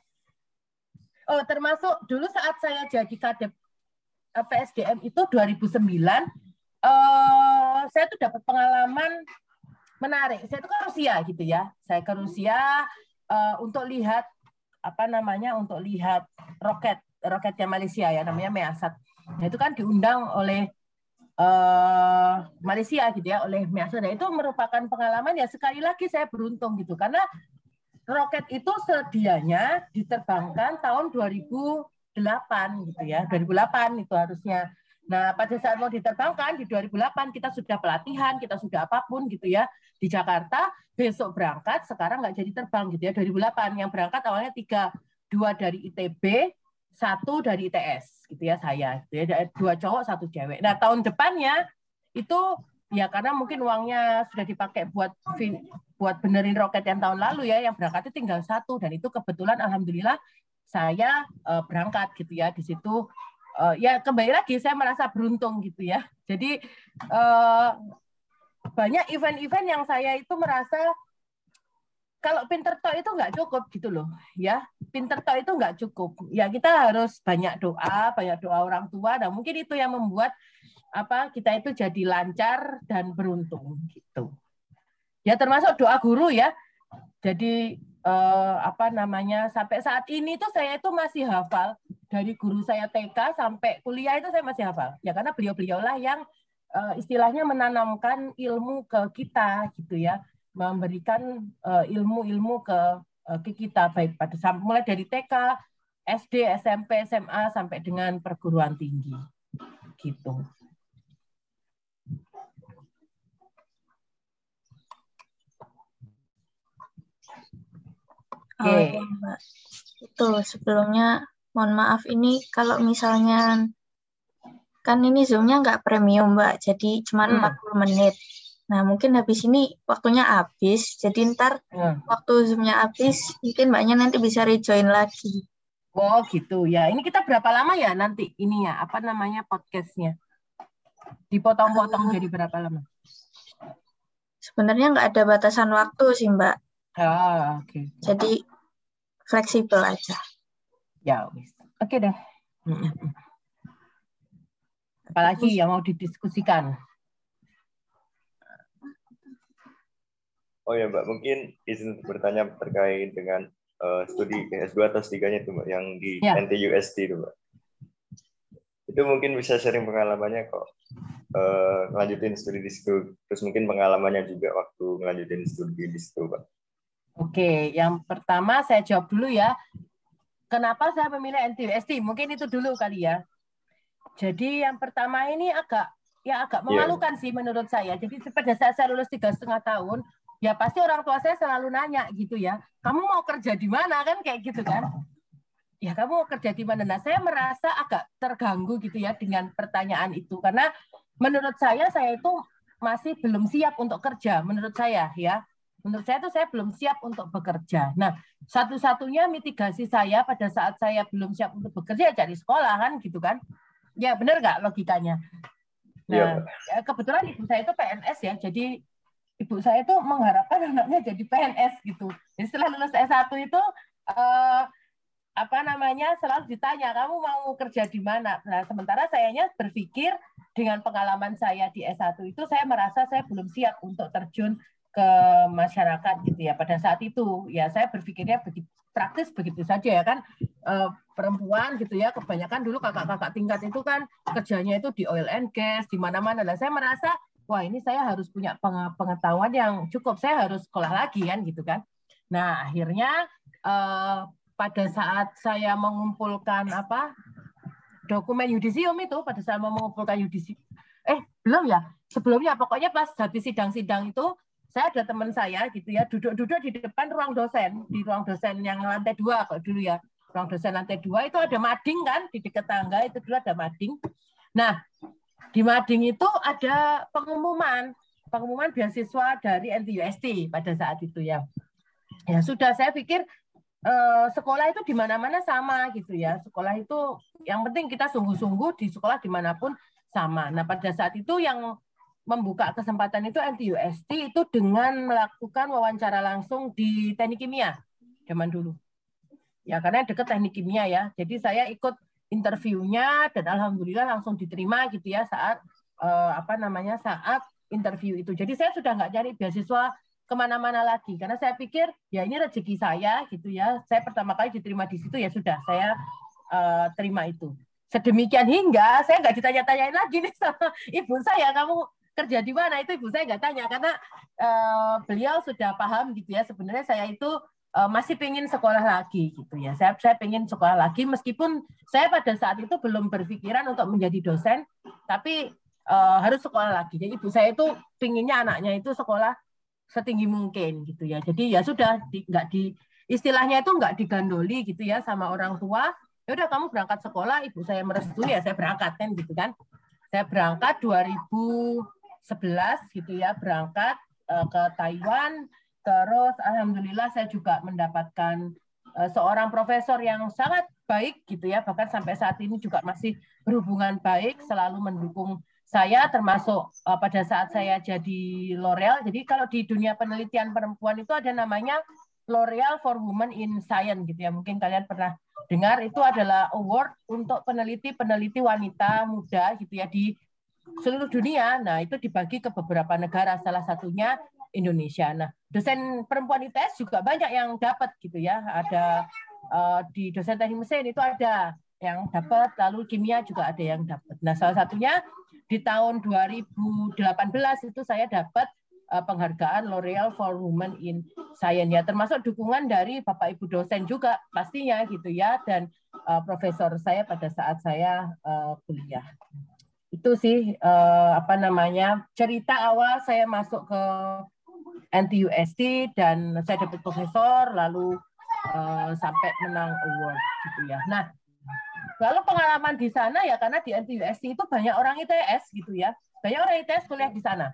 Oh termasuk dulu saat saya jadi kadep P S D M itu dua ribu sembilan, uh, saya tuh dapat pengalaman menarik. Saya tuh ke Rusia gitu ya. Saya ke Rusia uh, untuk lihat apa namanya, untuk lihat roket roketnya Malaysia ya, namanya Measat. Nah itu kan diundang oleh uh, Malaysia gitu ya, oleh Measat. Nah itu merupakan pengalaman ya, sekali lagi saya beruntung gitu karena roket itu sedianya diterbangkan tahun dua ribu delapan gitu ya, dua ribu delapan itu harusnya. Nah, pada saat mau diterbangkan di dua ribu delapan kita sudah pelatihan, kita sudah apapun gitu ya di Jakarta, besok berangkat, sekarang nggak jadi terbang gitu ya. dua ribu delapan yang berangkat awalnya tiga, dua dari I T B, satu dari I T S gitu ya, saya gitu ya, dua cowok satu cewek. Nah, tahun depannya itu ya karena mungkin uangnya sudah dipakai buat buat benerin roket yang tahun lalu ya, yang berangkatnya tinggal satu, dan itu kebetulan alhamdulillah saya uh, berangkat gitu ya. Di situ uh, ya kembali lagi saya merasa beruntung gitu ya. Jadi uh, banyak event-event yang saya itu merasa kalau pinter tok itu nggak cukup gitu loh ya. Pinter tok itu nggak cukup ya, kita harus banyak doa, banyak doa orang tua, dan mungkin itu yang membuat apa kita itu jadi lancar dan beruntung gitu ya, termasuk doa guru ya. Jadi eh, apa namanya, sampai saat ini tuh saya itu masih hafal dari guru saya T K sampai kuliah itu saya masih hafal ya, karena beliau-beliaulah yang eh, istilahnya menanamkan ilmu ke kita gitu ya, memberikan eh, ilmu-ilmu ke eh, ke kita baik pada mulai dari T K, S D, S M P, S M A sampai dengan perguruan tinggi gitu. Oh ya Mbak, itu sebelumnya mohon maaf ini kalau misalnya kan ini Zoom-nya nggak premium Mbak, jadi cuma hmm. empat puluh menit. Nah mungkin habis ini waktunya habis, jadi ntar hmm. waktu Zoom-nya habis mungkin Mbaknya nanti bisa rejoin lagi. Oh gitu ya, ini kita berapa lama ya nanti ini ya, apa namanya podcastnya? Dipotong-potong uh, jadi berapa lama? Sebenarnya nggak ada batasan waktu sih Mbak. Oh, oke. Okay. Jadi fleksibel aja. Ya, wis. Oke deh. Apalagi yang mau didiskusikan? Oh ya Mbak, mungkin izin bertanya terkait dengan uh, studi S dua atau S tiga-nya itu Mbak, yang di ya. N T U S T itu Mbak. Itu mungkin bisa sharing pengalamannya kok. Uh, ngelanjutin studi di situ. Terus mungkin pengalamannya juga waktu ngelanjutin studi di situ Pak. Oke, yang pertama saya jawab dulu ya. Kenapa saya memilih N T U S T? Mungkin itu dulu kali ya. Jadi yang pertama ini agak ya agak memalukan yeah. sih menurut saya. Jadi pada saat saya lulus tiga setengah tahun, ya pasti orang tua saya selalu nanya gitu ya. Kamu mau kerja di mana kan kayak gitu kan? Ya kamu mau kerja di mana? Nah saya merasa agak terganggu gitu ya dengan pertanyaan itu, karena menurut saya saya itu masih belum siap untuk kerja. Menurut saya ya. Menurut saya itu saya belum siap untuk bekerja. Nah, satu-satunya mitigasi saya pada saat saya belum siap untuk bekerja cari sekolah kan gitu kan. Ya benar nggak logikanya? Nah, ya. Kebetulan ibu saya itu P N S ya. Jadi ibu saya itu mengharapkan anaknya jadi P N S gitu. Jadi setelah lulus S satu itu eh, apa namanya selalu ditanya, kamu mau kerja di mana? Nah, sementara sayanya berpikir dengan pengalaman saya di S satu itu saya merasa saya belum siap untuk terjun ke masyarakat gitu ya. Pada saat itu ya saya berpikirnya begitu praktis begitu saja ya kan, e, perempuan gitu ya, kebanyakan dulu kakak-kakak tingkat itu kan kerjanya itu di oil and gas di mana-mana. Lah saya merasa wah ini saya harus punya pengetahuan yang cukup, saya harus sekolah lagi kan gitu kan. Nah akhirnya e, pada saat saya mengumpulkan apa dokumen yudisium itu, pada saat mau mengumpulkan yudisium eh belum ya sebelumnya pokoknya pas habis sidang-sidang itu saya ada teman saya gitu ya, duduk-duduk di depan ruang dosen, di ruang dosen yang lantai dua kok dulu ya, ruang dosen lantai dua itu ada mading kan, di dekat tangga itu dulu ada mading. Nah, di Mading itu ada pengumuman, pengumuman beasiswa dari N T U S T pada saat itu ya. Ya sudah, saya pikir eh, sekolah itu di mana-mana sama gitu ya. Sekolah itu yang penting kita sungguh-sungguh di sekolah dimanapun sama. Nah pada saat itu yang membuka kesempatan itu N T U S T itu dengan melakukan wawancara langsung di teknik kimia zaman dulu. Ya karena dekat teknik kimia ya. Jadi saya ikut interviewnya dan alhamdulillah langsung diterima gitu ya saat eh, apa namanya saat interview itu. Jadi saya sudah nggak cari beasiswa kemana-mana lagi karena saya pikir ya ini rezeki saya gitu ya. Saya pertama kali diterima di situ ya sudah saya uh, terima itu. Sedemikian hingga saya nggak ditanya-tanyain lagi nih sama ibu saya, kamu kerja di mana, itu ibu saya nggak tanya karena uh, beliau sudah paham gitu ya sebenarnya saya itu uh, masih pengen sekolah lagi gitu ya. Saya saya pengen sekolah lagi meskipun saya pada saat itu belum berpikiran untuk menjadi dosen, tapi uh, harus sekolah lagi. Jadi ibu saya itu pengennya anaknya itu sekolah setinggi mungkin gitu ya. Jadi ya sudah di, nggak di istilahnya itu nggak digandoli gitu ya sama orang tua. Ya udah kamu berangkat sekolah, ibu saya merestui ya saya berangkat kan gitu kan. Saya berangkat dua ribu sebelas gitu ya, berangkat uh, ke Taiwan. Terus alhamdulillah saya juga mendapatkan uh, seorang profesor yang sangat baik gitu ya, bahkan sampai saat ini juga masih berhubungan baik, selalu mendukung saya termasuk uh, pada saat saya jadi L'Oreal. Jadi kalau di dunia penelitian perempuan itu ada namanya L'Oreal for Women in Science gitu ya. Mungkin kalian pernah dengar, itu adalah award untuk peneliti-peneliti wanita muda gitu ya di seluruh dunia. Nah, itu dibagi ke beberapa negara, salah satunya Indonesia. Nah, dosen perempuan I T S juga banyak yang dapat gitu ya. Ada uh, di dosen teknik mesin itu ada yang dapat, lalu kimia juga ada yang dapat. Nah, salah satunya di tahun dua ribu delapan belas itu saya dapat uh, penghargaan L'Oreal for Women in Science ya, termasuk dukungan dari Bapak Ibu dosen juga pastinya gitu ya, dan uh, profesor saya pada saat saya uh, kuliah. Itu sih uh, apa namanya cerita awal saya masuk ke N T U S T dan saya dapat profesor lalu uh, sampai menang award gitu ya. Nah, lalu pengalaman di sana ya karena di N T U S T itu banyak orang I T S gitu ya. Banyak orang I T S kuliah di sana.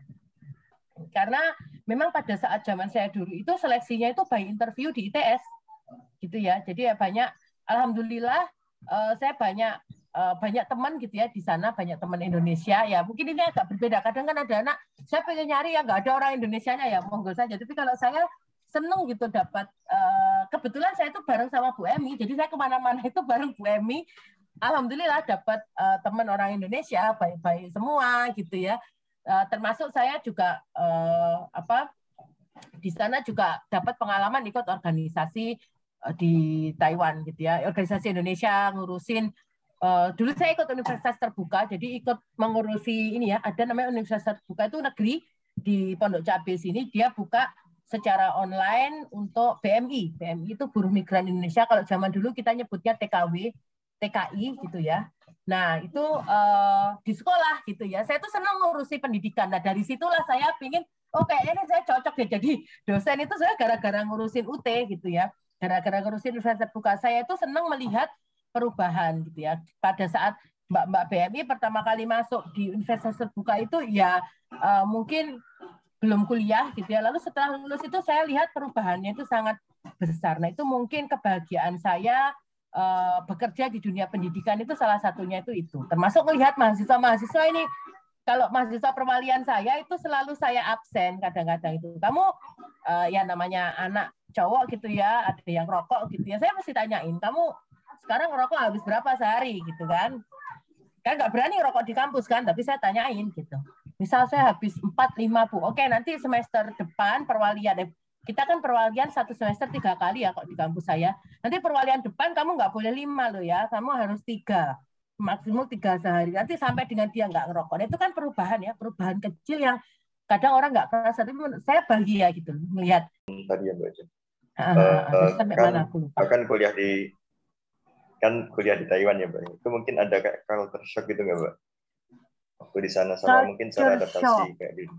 Karena memang pada saat zaman saya dulu itu seleksinya itu by interview di I T S. Gitu ya. Jadi ya banyak, alhamdulillah uh, saya banyak uh, banyak teman gitu ya di sana, banyak teman Indonesia ya. Mungkin ini agak berbeda. Kadang kan ada anak saya pengen nyari yang nggak ada orang Indonesianya ya, monggo saja. Tapi kalau saya seneng gitu dapat uh, kebetulan saya itu bareng sama Bu Emi, jadi saya kemana-mana itu bareng Bu Emi. Alhamdulillah dapat uh, teman orang Indonesia baik-baik semua gitu ya. Uh, termasuk saya juga uh, apa di sana juga dapat pengalaman ikut organisasi uh, di Taiwan gitu ya, organisasi Indonesia ngurusin. Uh, dulu saya ikut Universitas Terbuka, jadi ikut mengurusi ini ya. Ada namanya Universitas Terbuka itu negeri di Pondok Cabe sini, dia buka secara online untuk B M I. B M I itu Buruh Migran Indonesia. Kalau zaman dulu kita nyebutnya T K W, T K I gitu ya. Nah itu uh, di sekolah gitu ya. Saya tuh senang ngurusi pendidikan. Nah dari situlah saya pingin, oh kayaknya ini saya cocok deh jadi dosen itu. Saya gara-gara ngurusin U T gitu ya. Gara-gara ngurusin Universitas Terbuka. Saya itu senang melihat perubahan gitu ya. Pada saat Mbak-Mbak B M I pertama kali masuk di Universitas Terbuka itu ya uh, mungkin belum kuliah gitu ya. Lalu setelah lulus itu saya lihat perubahannya itu sangat besar. Nah itu mungkin kebahagiaan saya uh, bekerja di dunia pendidikan itu salah satunya itu itu. Termasuk melihat mahasiswa-mahasiswa ini. Kalau mahasiswa perwalian saya itu selalu saya absen kadang-kadang itu. Kamu uh, ya namanya anak cowok gitu ya, ada yang rokok gitu ya. Saya mesti tanyain, kamu sekarang rokok habis berapa sehari gitu kan? Kan nggak berani rokok di kampus kan, tapi saya tanyain gitu. Misal saya habis empat lima Bu, oke nanti semester depan perwalian, kita kan perwalian satu semester tiga kali ya kok di kampus saya. Nanti perwalian depan kamu nggak boleh lima loh ya, kamu harus tiga, maksimum tiga sehari. Nanti sampai dengan dia nggak ngerokok. Nah, itu kan perubahan ya, perubahan kecil yang kadang orang nggak kerasa, tapi saya bahagia gitu melihat. Tadi ya Mbak Jen. Uh, uh, sampai kan, mana aku lupa. Kan kuliah di kan kuliah di Taiwan ya Mbak. Itu mungkin ada kayak culture shock gitu nggak Mbak? Waktu di sana sama culture mungkin cara adaptasi shock. Kayak gitu.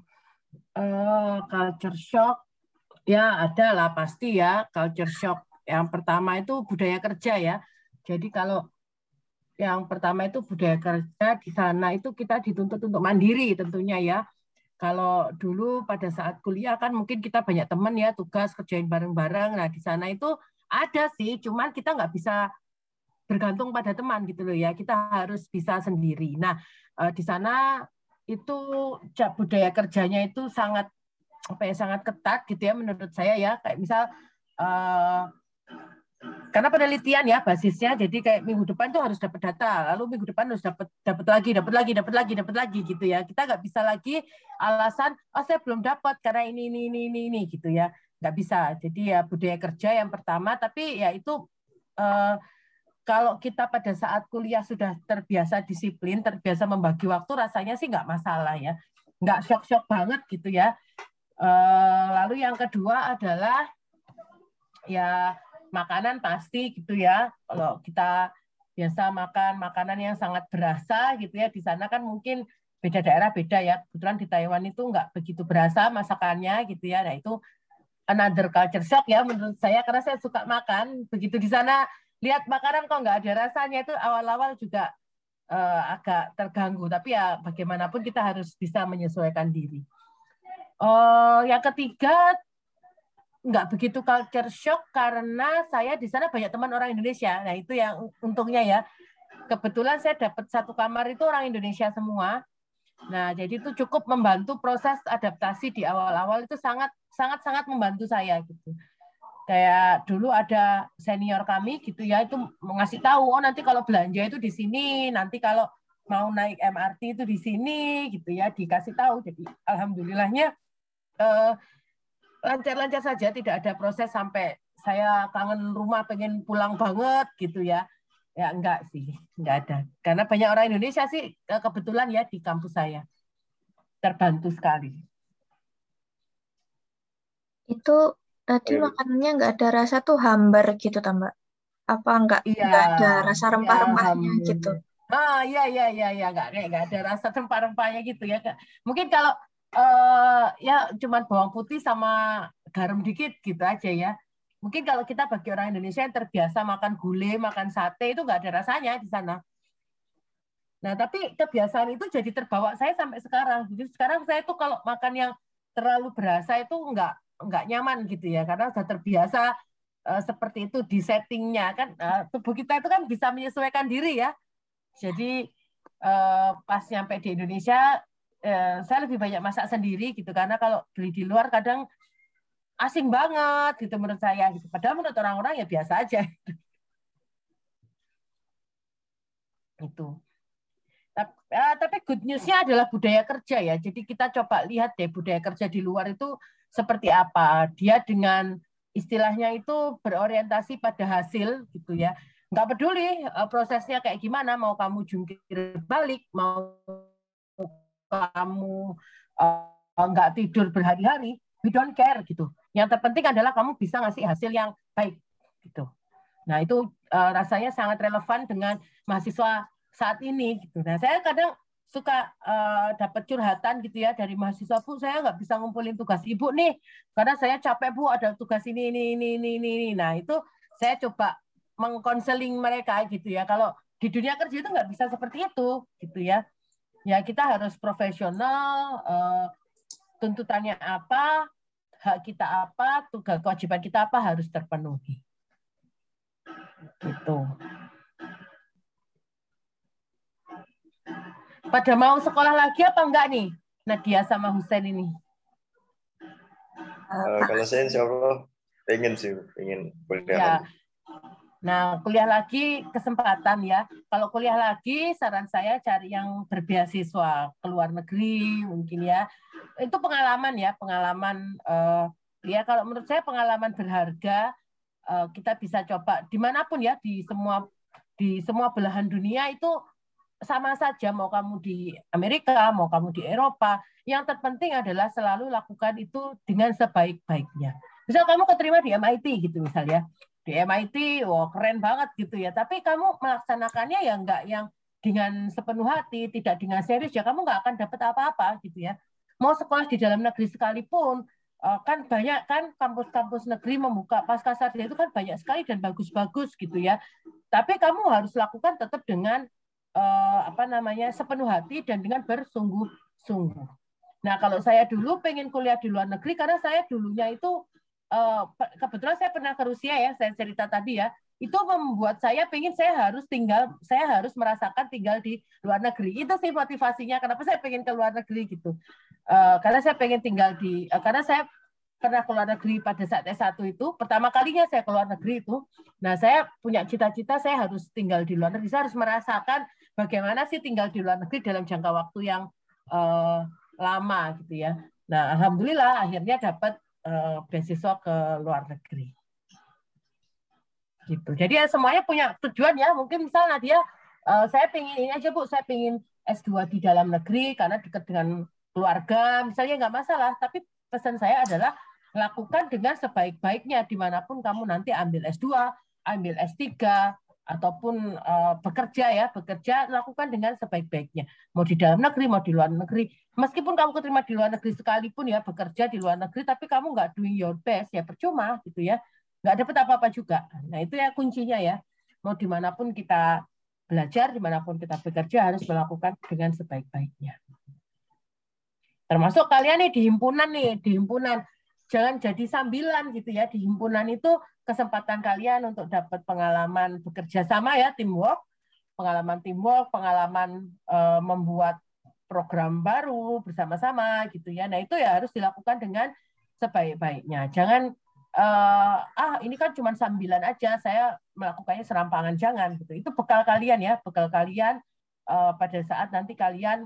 Uh, culture shock ya ada lah pasti ya culture shock. Yang pertama itu budaya kerja ya. Jadi kalau yang pertama itu budaya kerja di sana itu kita dituntut untuk mandiri tentunya ya. Kalau dulu pada saat kuliah kan mungkin kita banyak teman ya, tugas kerjain bareng-bareng. Nah di sana itu ada sih, cuman kita nggak bisa bergantung pada teman gitu loh ya. Kita harus bisa sendiri. Nah di sana itu budaya kerjanya itu sangat apa ya, sangat ketat gitu ya menurut saya ya. Kayak misal uh, karena penelitian ya basisnya, jadi kayak minggu depan tuh harus dapat data, lalu minggu depan harus dapat dapat lagi, dapat lagi, dapat lagi, dapat lagi gitu ya. Kita nggak bisa lagi alasan, oh saya belum dapat karena ini, ini, ini, ini, ini gitu ya. Nggak bisa. Jadi ya budaya kerja yang pertama, tapi ya itu eh, kalau kita pada saat kuliah sudah terbiasa disiplin, terbiasa membagi waktu, rasanya sih nggak masalah ya. Nggak shock-shock banget gitu ya. Eh, lalu yang kedua adalah ya makanan pasti gitu ya. Kalau kita biasa makan makanan yang sangat berasa gitu ya, di sana kan mungkin beda daerah beda ya. Kebetulan di Taiwan itu nggak begitu berasa masakannya gitu ya. Nah itu another culture shock ya menurut saya, karena saya suka makan. Begitu di sana lihat makanan kok nggak ada rasanya, itu awal-awal juga uh, agak terganggu. Tapi ya bagaimanapun kita harus bisa menyesuaikan diri. Uh, yang ketiga, nggak begitu culture shock karena saya di sana banyak teman orang Indonesia. Nah itu yang untungnya ya. Kebetulan saya dapat satu kamar itu orang Indonesia semua. Nah jadi itu cukup membantu proses adaptasi di awal-awal, itu sangat sangat sangat membantu saya gitu. Kayak dulu ada senior kami gitu ya, itu ngasih tahu, oh nanti kalau belanja itu di sini, nanti kalau mau naik M R T itu di sini gitu ya, dikasih tahu. Jadi alhamdulillahnya eh, lancar-lancar saja, tidak ada proses sampai saya kangen rumah, pengen pulang banget gitu ya. Ya enggak sih, enggak ada. Karena banyak orang Indonesia sih kebetulan ya di kampus saya. Terbantu sekali. Itu tadi Ayo. Makanannya enggak ada rasa tuh hambar gitu, Mbak? Apa enggak, iya, enggak ada rasa rempah-rempahnya iya, gitu? Ah iya iya iya iya enggak enggak ada rasa rempah-rempahnya gitu ya. Mungkin kalau uh, ya cuman bawang putih sama garam dikit gitu aja ya. Mungkin kalau kita bagi orang Indonesia yang terbiasa makan gulai, makan sate, itu nggak ada rasanya di sana. Nah, tapi kebiasaan itu jadi terbawa saya sampai sekarang. Jadi sekarang saya tuh kalau makan yang terlalu berasa itu nggak nggak nyaman gitu ya, karena sudah terbiasa uh, seperti itu di settingnya kan. Uh, tubuh kita itu kan bisa menyesuaikan diri ya. Jadi uh, pas nyampe di Indonesia, uh, saya lebih banyak masak sendiri gitu, karena kalau beli di luar kadang asing banget gitu menurut saya gitu. Padahal menurut orang-orang ya biasa aja. Itu. Tapi, uh, tapi good news-nya adalah budaya kerja ya. Jadi kita coba lihat deh budaya kerja di luar itu seperti apa. Dia dengan istilahnya itu berorientasi pada hasil gitu ya. Nggak peduli uh, prosesnya kayak gimana, mau kamu jungkir balik, mau kamu uh, nggak tidur berhari-hari, we don't care gitu. Yang terpenting adalah kamu bisa ngasih hasil yang baik gitu. Nah itu uh, rasanya sangat relevan dengan mahasiswa saat ini gitu. Nah saya kadang suka uh, dapat curhatan gitu ya dari mahasiswa, Bu saya nggak bisa ngumpulin tugas ibu nih karena saya capek Bu, ada tugas ini ini ini ini ini. Nah itu saya coba mengkonseling mereka gitu ya. Kalau di dunia kerja itu nggak bisa seperti itu gitu ya. Ya kita harus profesional, uh, tuntutannya apa, hak kita apa, tugas kewajiban kita apa harus terpenuhi. Gitu. Pada mau sekolah lagi apa enggak nih, Nadia sama Husain ini? Uh, kalau saya insya Allah pengen sih, pengen kuliah ya. lagi. Nah, kuliah lagi kesempatan ya. Kalau kuliah lagi, saran saya cari yang berbeasiswa ke luar negeri mungkin ya. Itu pengalaman ya, pengalaman uh, ya kalau menurut saya pengalaman berharga. Uh, kita bisa coba dimanapun ya, di semua di semua belahan dunia itu sama saja, mau kamu di Amerika, mau kamu di Eropa. Yang terpenting adalah selalu lakukan itu dengan sebaik-baiknya. Misal kamu keterima di M I T gitu misalnya. Di M I T, wah keren banget gitu ya. Tapi kamu melaksanakannya ya enggak yang dengan sepenuh hati, tidak dengan serius, ya kamu nggak akan dapat apa-apa gitu ya. Mau sekolah di dalam negeri sekalipun, kan banyak kan kampus-kampus negeri membuka pasca sarjana itu kan banyak sekali dan bagus-bagus gitu ya. Tapi kamu harus lakukan tetap dengan uh, apa namanya sepenuh hati dan dengan bersungguh-sungguh. Nah, kalau saya dulu pengen kuliah di luar negeri karena saya dulunya itu uh, kebetulan saya pernah ke Rusia ya, saya cerita tadi ya, itu membuat saya pengen saya harus tinggal, saya harus merasakan tinggal di luar negeri. Itu sih motivasinya kenapa saya pengen ke luar negeri gitu. Uh, karena saya pengen tinggal di, uh, karena saya pernah ke luar negeri pada saat S satu itu, pertama kalinya saya ke luar negeri itu. Nah, saya punya cita-cita saya harus tinggal di luar negeri. Saya harus merasakan bagaimana sih tinggal di luar negeri dalam jangka waktu yang uh, lama gitu ya. Nah, alhamdulillah akhirnya dapat uh, beasiswa ke luar negeri. Gitu. Jadi ya semuanya punya tujuan ya. Mungkin misalnya dia, uh, saya pengen ini aja Bu, saya pengen S dua di dalam negeri karena dekat dengan keluarga, misalnya nggak masalah. Tapi pesan saya adalah lakukan dengan sebaik-baiknya dimanapun kamu nanti ambil S dua, ambil S tiga, ataupun uh, bekerja ya, bekerja lakukan dengan sebaik-baiknya. Mau di dalam negeri, mau di luar negeri. Meskipun kamu keterima di luar negeri sekalipun ya, bekerja di luar negeri, tapi kamu nggak doing your best, ya percuma gitu ya. Nggak dapat apa-apa juga. Nah itu ya kuncinya ya. Mau dimanapun kita belajar, dimanapun kita bekerja, harus melakukan dengan sebaik-baiknya. Termasuk kalian nih di himpunan nih, di himpunan. Jangan jadi sambilan gitu ya. Di himpunan itu kesempatan kalian untuk dapat pengalaman bekerja sama ya, teamwork, pengalaman teamwork, pengalaman uh, membuat program baru bersama-sama gitu ya. Nah itu ya harus dilakukan dengan sebaik-baiknya. Jangan uh, ah ini kan cuma sambilan aja, saya melakukannya serampangan, jangan gitu. Itu bekal kalian ya, bekal kalian uh, pada saat nanti kalian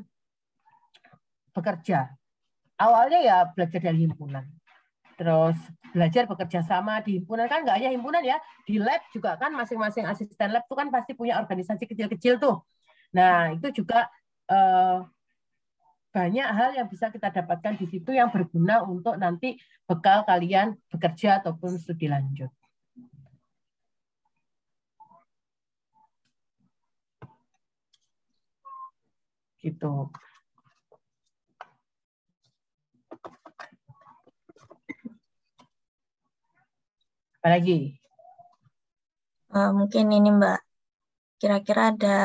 bekerja. Awalnya ya belajar dari himpunan. Terus belajar bekerja sama di himpunan, kan nggak hanya himpunan ya, di lab juga kan masing-masing asisten lab itu kan pasti punya organisasi kecil-kecil tuh. Nah itu juga eh, banyak hal yang bisa kita dapatkan di situ yang berguna untuk nanti bekal kalian bekerja ataupun studi lanjut. Gitu. Apalagi? Uh, mungkin ini Mbak, kira-kira ada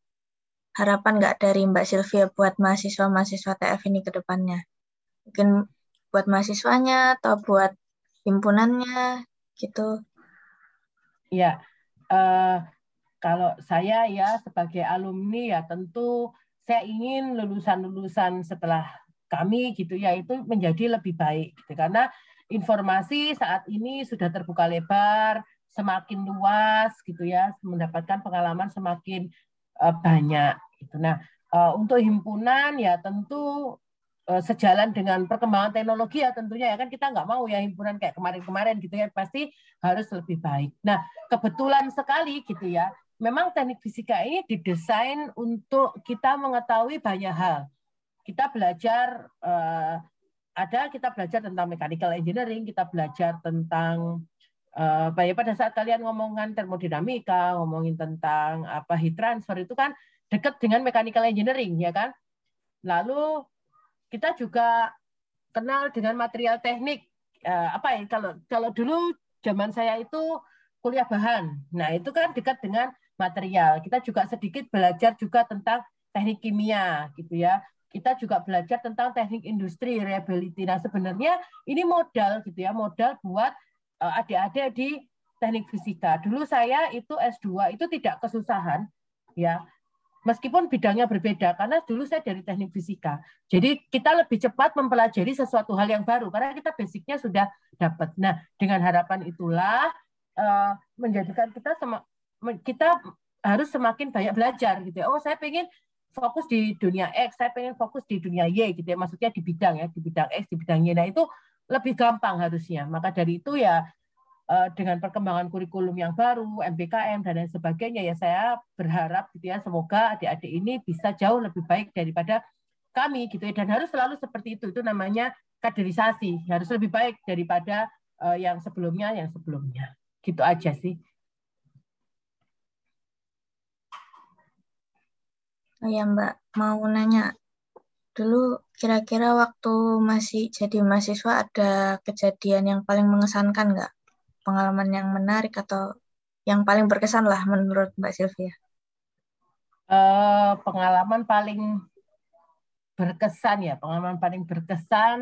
harapan nggak dari Mbak Sylvia buat mahasiswa-mahasiswa T F ini ke depannya? Mungkin buat mahasiswanya atau buat himpunannya gitu? Ya, uh, kalau saya ya sebagai alumni ya tentu saya ingin lulusan-lulusan setelah kami gitu ya itu menjadi lebih baik gitu. Karena informasi saat ini sudah terbuka lebar, semakin luas gitu ya, mendapatkan pengalaman semakin uh, banyak gitu. Nah, uh, untuk himpunan ya tentu uh, sejalan dengan perkembangan teknologi ya tentunya ya kan kita nggak mau ya himpunan kayak kemarin-kemarin gitu ya, pasti harus lebih baik. Nah, kebetulan sekali gitu ya, memang teknik fisika ini didesain untuk kita mengetahui banyak hal. Kita belajar uh, ada kita belajar tentang mechanical engineering, kita belajar tentang uh, pada saat kalian ngomongin termodinamika, ngomongin tentang apa heat transfer itu kan dekat dengan mechanical engineering ya kan. Lalu kita juga kenal dengan material teknik. Uh, apa ya kalau kalau dulu zaman saya itu kuliah bahan. Nah, itu kan dekat dengan material. Kita juga sedikit belajar juga tentang teknik kimia gitu ya. Kita juga belajar tentang teknik industri, reliability. Nah, sebenarnya ini modal gitu ya, modal buat uh, adik-adik di teknik fisika. Dulu saya itu S dua itu tidak kesusahan ya. Meskipun bidangnya berbeda, karena dulu saya dari teknik fisika. Jadi kita lebih cepat mempelajari sesuatu hal yang baru, karena kita basicnya sudah dapat. Nah, dengan harapan itulah uh, menjadikan kita sem kita harus semakin banyak belajar gitu ya. Oh, saya pengen fokus di dunia X, saya pengen fokus di dunia Y gitu ya. Maksudnya di bidang ya, di bidang X, di bidang Y. Nah, itu lebih gampang harusnya. Maka dari itu ya dengan perkembangan kurikulum yang baru, M B K M dan lain sebagainya ya saya berharap gitu ya semoga adik-adik ini bisa jauh lebih baik daripada kami gitu ya, dan harus selalu seperti itu. Itu namanya kaderisasi, harus lebih baik daripada uh, yang sebelumnya yang sebelumnya. Gitu aja sih. Oh ya Mbak, mau nanya dulu kira-kira waktu masih jadi mahasiswa ada kejadian yang paling mengesankan nggak? Pengalaman yang menarik atau yang paling berkesan lah menurut Mbak Sylvia? Uh, pengalaman paling berkesan ya, pengalaman paling berkesan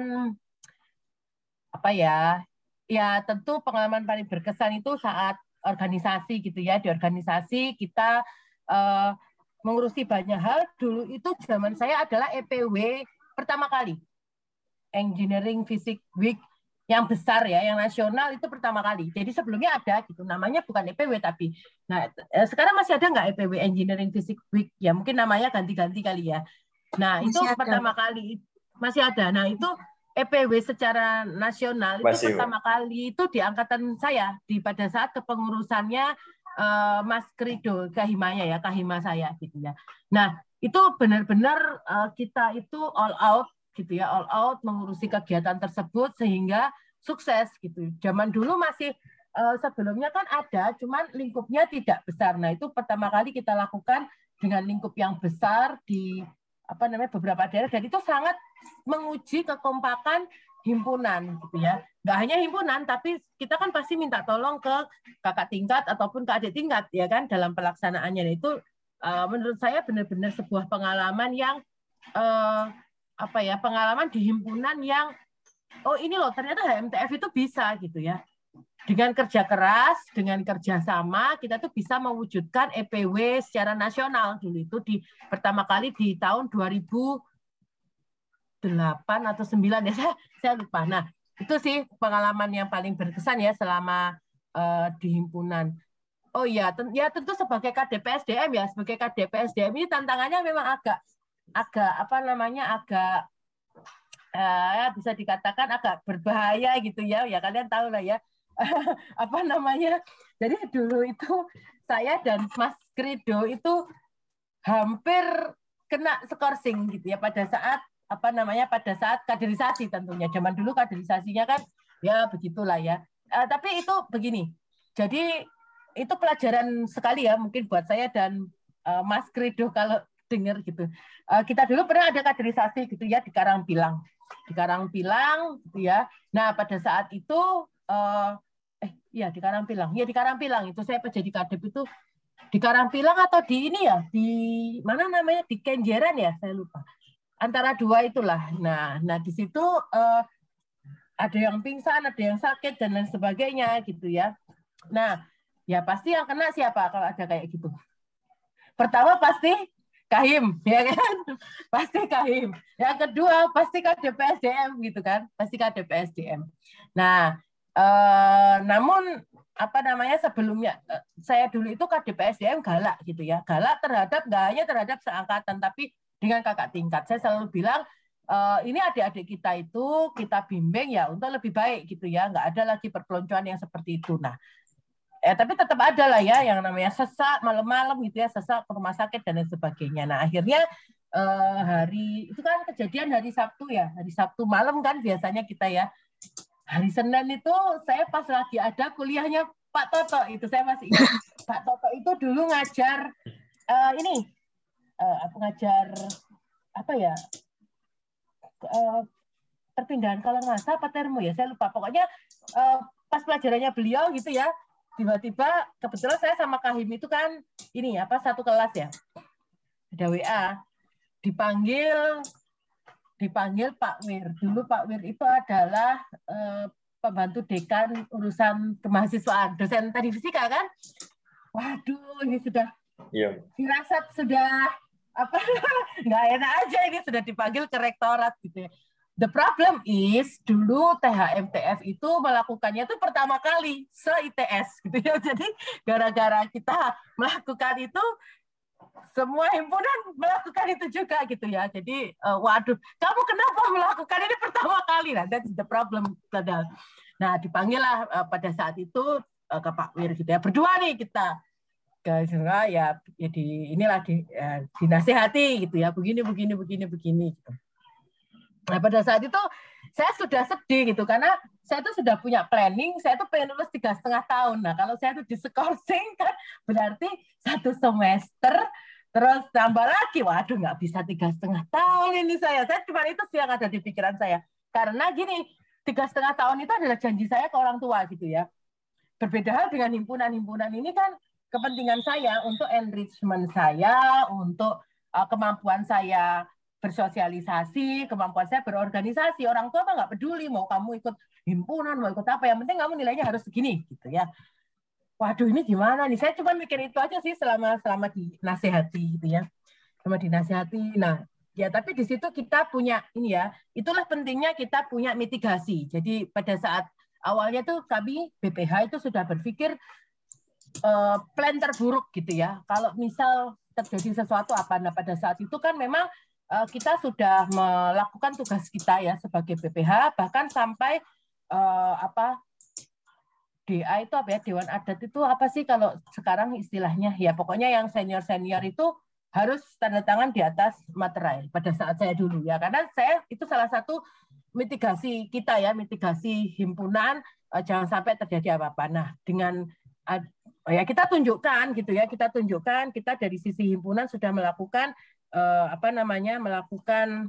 apa ya? Ya tentu pengalaman paling berkesan itu saat organisasi gitu ya. Di organisasi kita uh, mengurusi banyak hal. Dulu itu zaman saya adalah E P W pertama kali. Engineering Physics Week yang besar ya, yang nasional itu pertama kali. Jadi sebelumnya ada gitu, namanya bukan E P W tapi. Nah, sekarang masih ada nggak E P W Engineering Physics Week? Ya mungkin namanya ganti-ganti kali ya. Nah, masih itu ada, pertama Pak. kali masih ada. Nah, itu E P W secara nasional masih, itu pertama Pak. kali itu di angkatan saya di pada saat kepengurusannya uh, Mas Krido Kahimanya ya, Kahima saya gitu ya. Nah, itu benar-benar uh, kita itu all out gitu ya, all out mengurusi kegiatan tersebut sehingga sukses gitu. Zaman dulu masih uh, sebelumnya kan ada, cuman lingkupnya tidak besar. Nah, itu pertama kali kita lakukan dengan lingkup yang besar di apa namanya beberapa daerah, dan itu sangat menguji kekompakan himpunan gitu ya. Nggak hanya himpunan, tapi kita kan pasti minta tolong ke kakak tingkat ataupun ke adik tingkat ya kan dalam pelaksanaannya. Nah, itu uh, menurut saya benar-benar sebuah pengalaman yang uh, apa ya, pengalaman di himpunan yang oh ini loh ternyata H M T F itu bisa gitu ya. Dengan kerja keras, dengan kerjasama, kita tuh bisa mewujudkan E P W secara nasional. Dulu itu di pertama kali di tahun dua ribu delapan atau sembilan ya, saya, saya lupa. Nah, itu sih pengalaman yang paling berkesan ya selama uh, di himpunan. Oh iya, ten ya tentu sebagai K D P S D M ya, sebagai K D P S D M ini tantangannya memang agak agak apa namanya agak uh, bisa dikatakan agak berbahaya gitu ya. Ya kalian tahu lah ya. apa namanya, jadi dulu itu saya dan Mas Krido itu hampir kena skorsing gitu ya pada saat apa namanya pada saat kaderisasi. Tentunya zaman dulu kaderisasinya kan ya begitulah ya, uh, tapi itu begini, jadi itu pelajaran sekali ya mungkin buat saya dan uh, Mas Krido kalau dengar gitu. Uh, kita dulu pernah ada kaderisasi gitu ya di Karangpilang di Karangpilang gitu ya. Nah pada saat itu Uh, eh iya di Karangpilang, ya di Karangpilang itu saya jadi kadep itu di Karangpilang atau di ini ya di mana namanya di Kenjeran ya saya lupa antara dua itulah. Nah, nah di situ uh, ada yang pingsan, ada yang sakit dan lain sebagainya gitu ya. Nah ya pasti yang kena siapa kalau ada kayak gitu? Pertama pasti Kahim, ya kan? Pasti Kahim. Yang kedua pasti K D P S D M gitu kan? Pasti K D P S D M. Nah. Uh, namun apa namanya sebelumnya uh, saya dulu itu K D P S D M galak gitu ya, galak terhadap nggak hanya terhadap seangkatan tapi dengan kakak tingkat. Saya selalu bilang uh, ini adik-adik kita itu kita bimbing ya untuk lebih baik gitu ya, nggak ada lagi perpeloncoan yang seperti itu. Nah eh, tapi tetap ada lah ya yang namanya sesak malam-malam gitu ya, sesak ke rumah sakit dan lain sebagainya. Nah akhirnya uh, hari itu kan kejadian hari Sabtu ya, hari Sabtu malam kan biasanya kita ya. Hari Senin itu saya pas lagi ada kuliahnya Pak Toto, itu saya masih ingat. Pak Toto itu dulu ngajar uh, ini uh, apa ngajar apa ya uh, perpindahan kalau masa apa termo ya saya lupa. Pokoknya uh, pas pelajarannya beliau gitu ya, tiba-tiba kebetulan saya sama Kahim itu kan ini apa satu kelas ya, ada W A dipanggil dipanggil Pak Wir. Dulu Pak Wir itu adalah eh, pembantu dekan urusan kemahasiswaan, dosen tadi fisika kan. Waduh, ini sudah yeah. firasat sudah apa nggak enak aja ini sudah dipanggil ke rektorat gitu ya. The problem is dulu T H M T F itu melakukannya itu pertama kali se-I T S gitu ya. Jadi gara-gara kita melakukan itu semua himpunan melakukan itu juga gitu ya. Jadi uh, waduh, kamu kenapa melakukan ini pertama kali? Nah, that's the problem. Nah, dipanggillah uh, pada saat itu uh, ke Pak Wir gitu ya. Berdua nih kita ke ya, ya di inilah di ya, dinasihati gitu ya. Begini begini begini begini gitu. Nah, pada saat itu saya sudah sedih gitu karena saya tuh sudah punya planning, saya tuh pengen lulus tiga setengah tahun. Nah, kalau saya tuh diskorsing kan berarti satu semester terus tambah lagi, waduh nggak bisa tiga setengah tahun ini saya. Saya cuma itu sih yang ada di pikiran saya. Karena gini, tiga setengah tahun itu adalah janji saya ke orang tua gitu ya. berbeda hal dengan himpunan-himpunan ini kan kepentingan saya untuk enrichment saya, untuk uh, kemampuan saya bersosialisasi, kemampuan saya berorganisasi. Orang tua mah nggak peduli mau kamu ikut himpunan, mau ikut apa, yang penting kamu nilainya harus segini gitu ya. Waduh, ini gimana nih? Saya cuma mikir itu aja sih selama selama dinasehati gitu ya. Selama dinasehati. Nah, ya tapi di situ kita punya ini ya, itulah pentingnya kita punya mitigasi. Jadi pada saat awalnya tuh kami B P H itu sudah berpikir uh, plan terburuk gitu ya. Kalau misal terjadi sesuatu apa, nah pada saat itu kan memang uh, kita sudah melakukan tugas kita ya sebagai B P H, bahkan sampai uh, apa D A itu apa ya, Dewan Adat itu apa sih kalau sekarang istilahnya, ya pokoknya yang senior-senior itu harus tanda tangan di atas materai pada saat saya dulu ya, karena saya itu salah satu mitigasi kita ya, mitigasi himpunan uh, jangan sampai terjadi apa-apa. Nah dengan uh, ya kita tunjukkan gitu ya, kita tunjukkan kita dari sisi himpunan sudah melakukan uh, apa namanya melakukan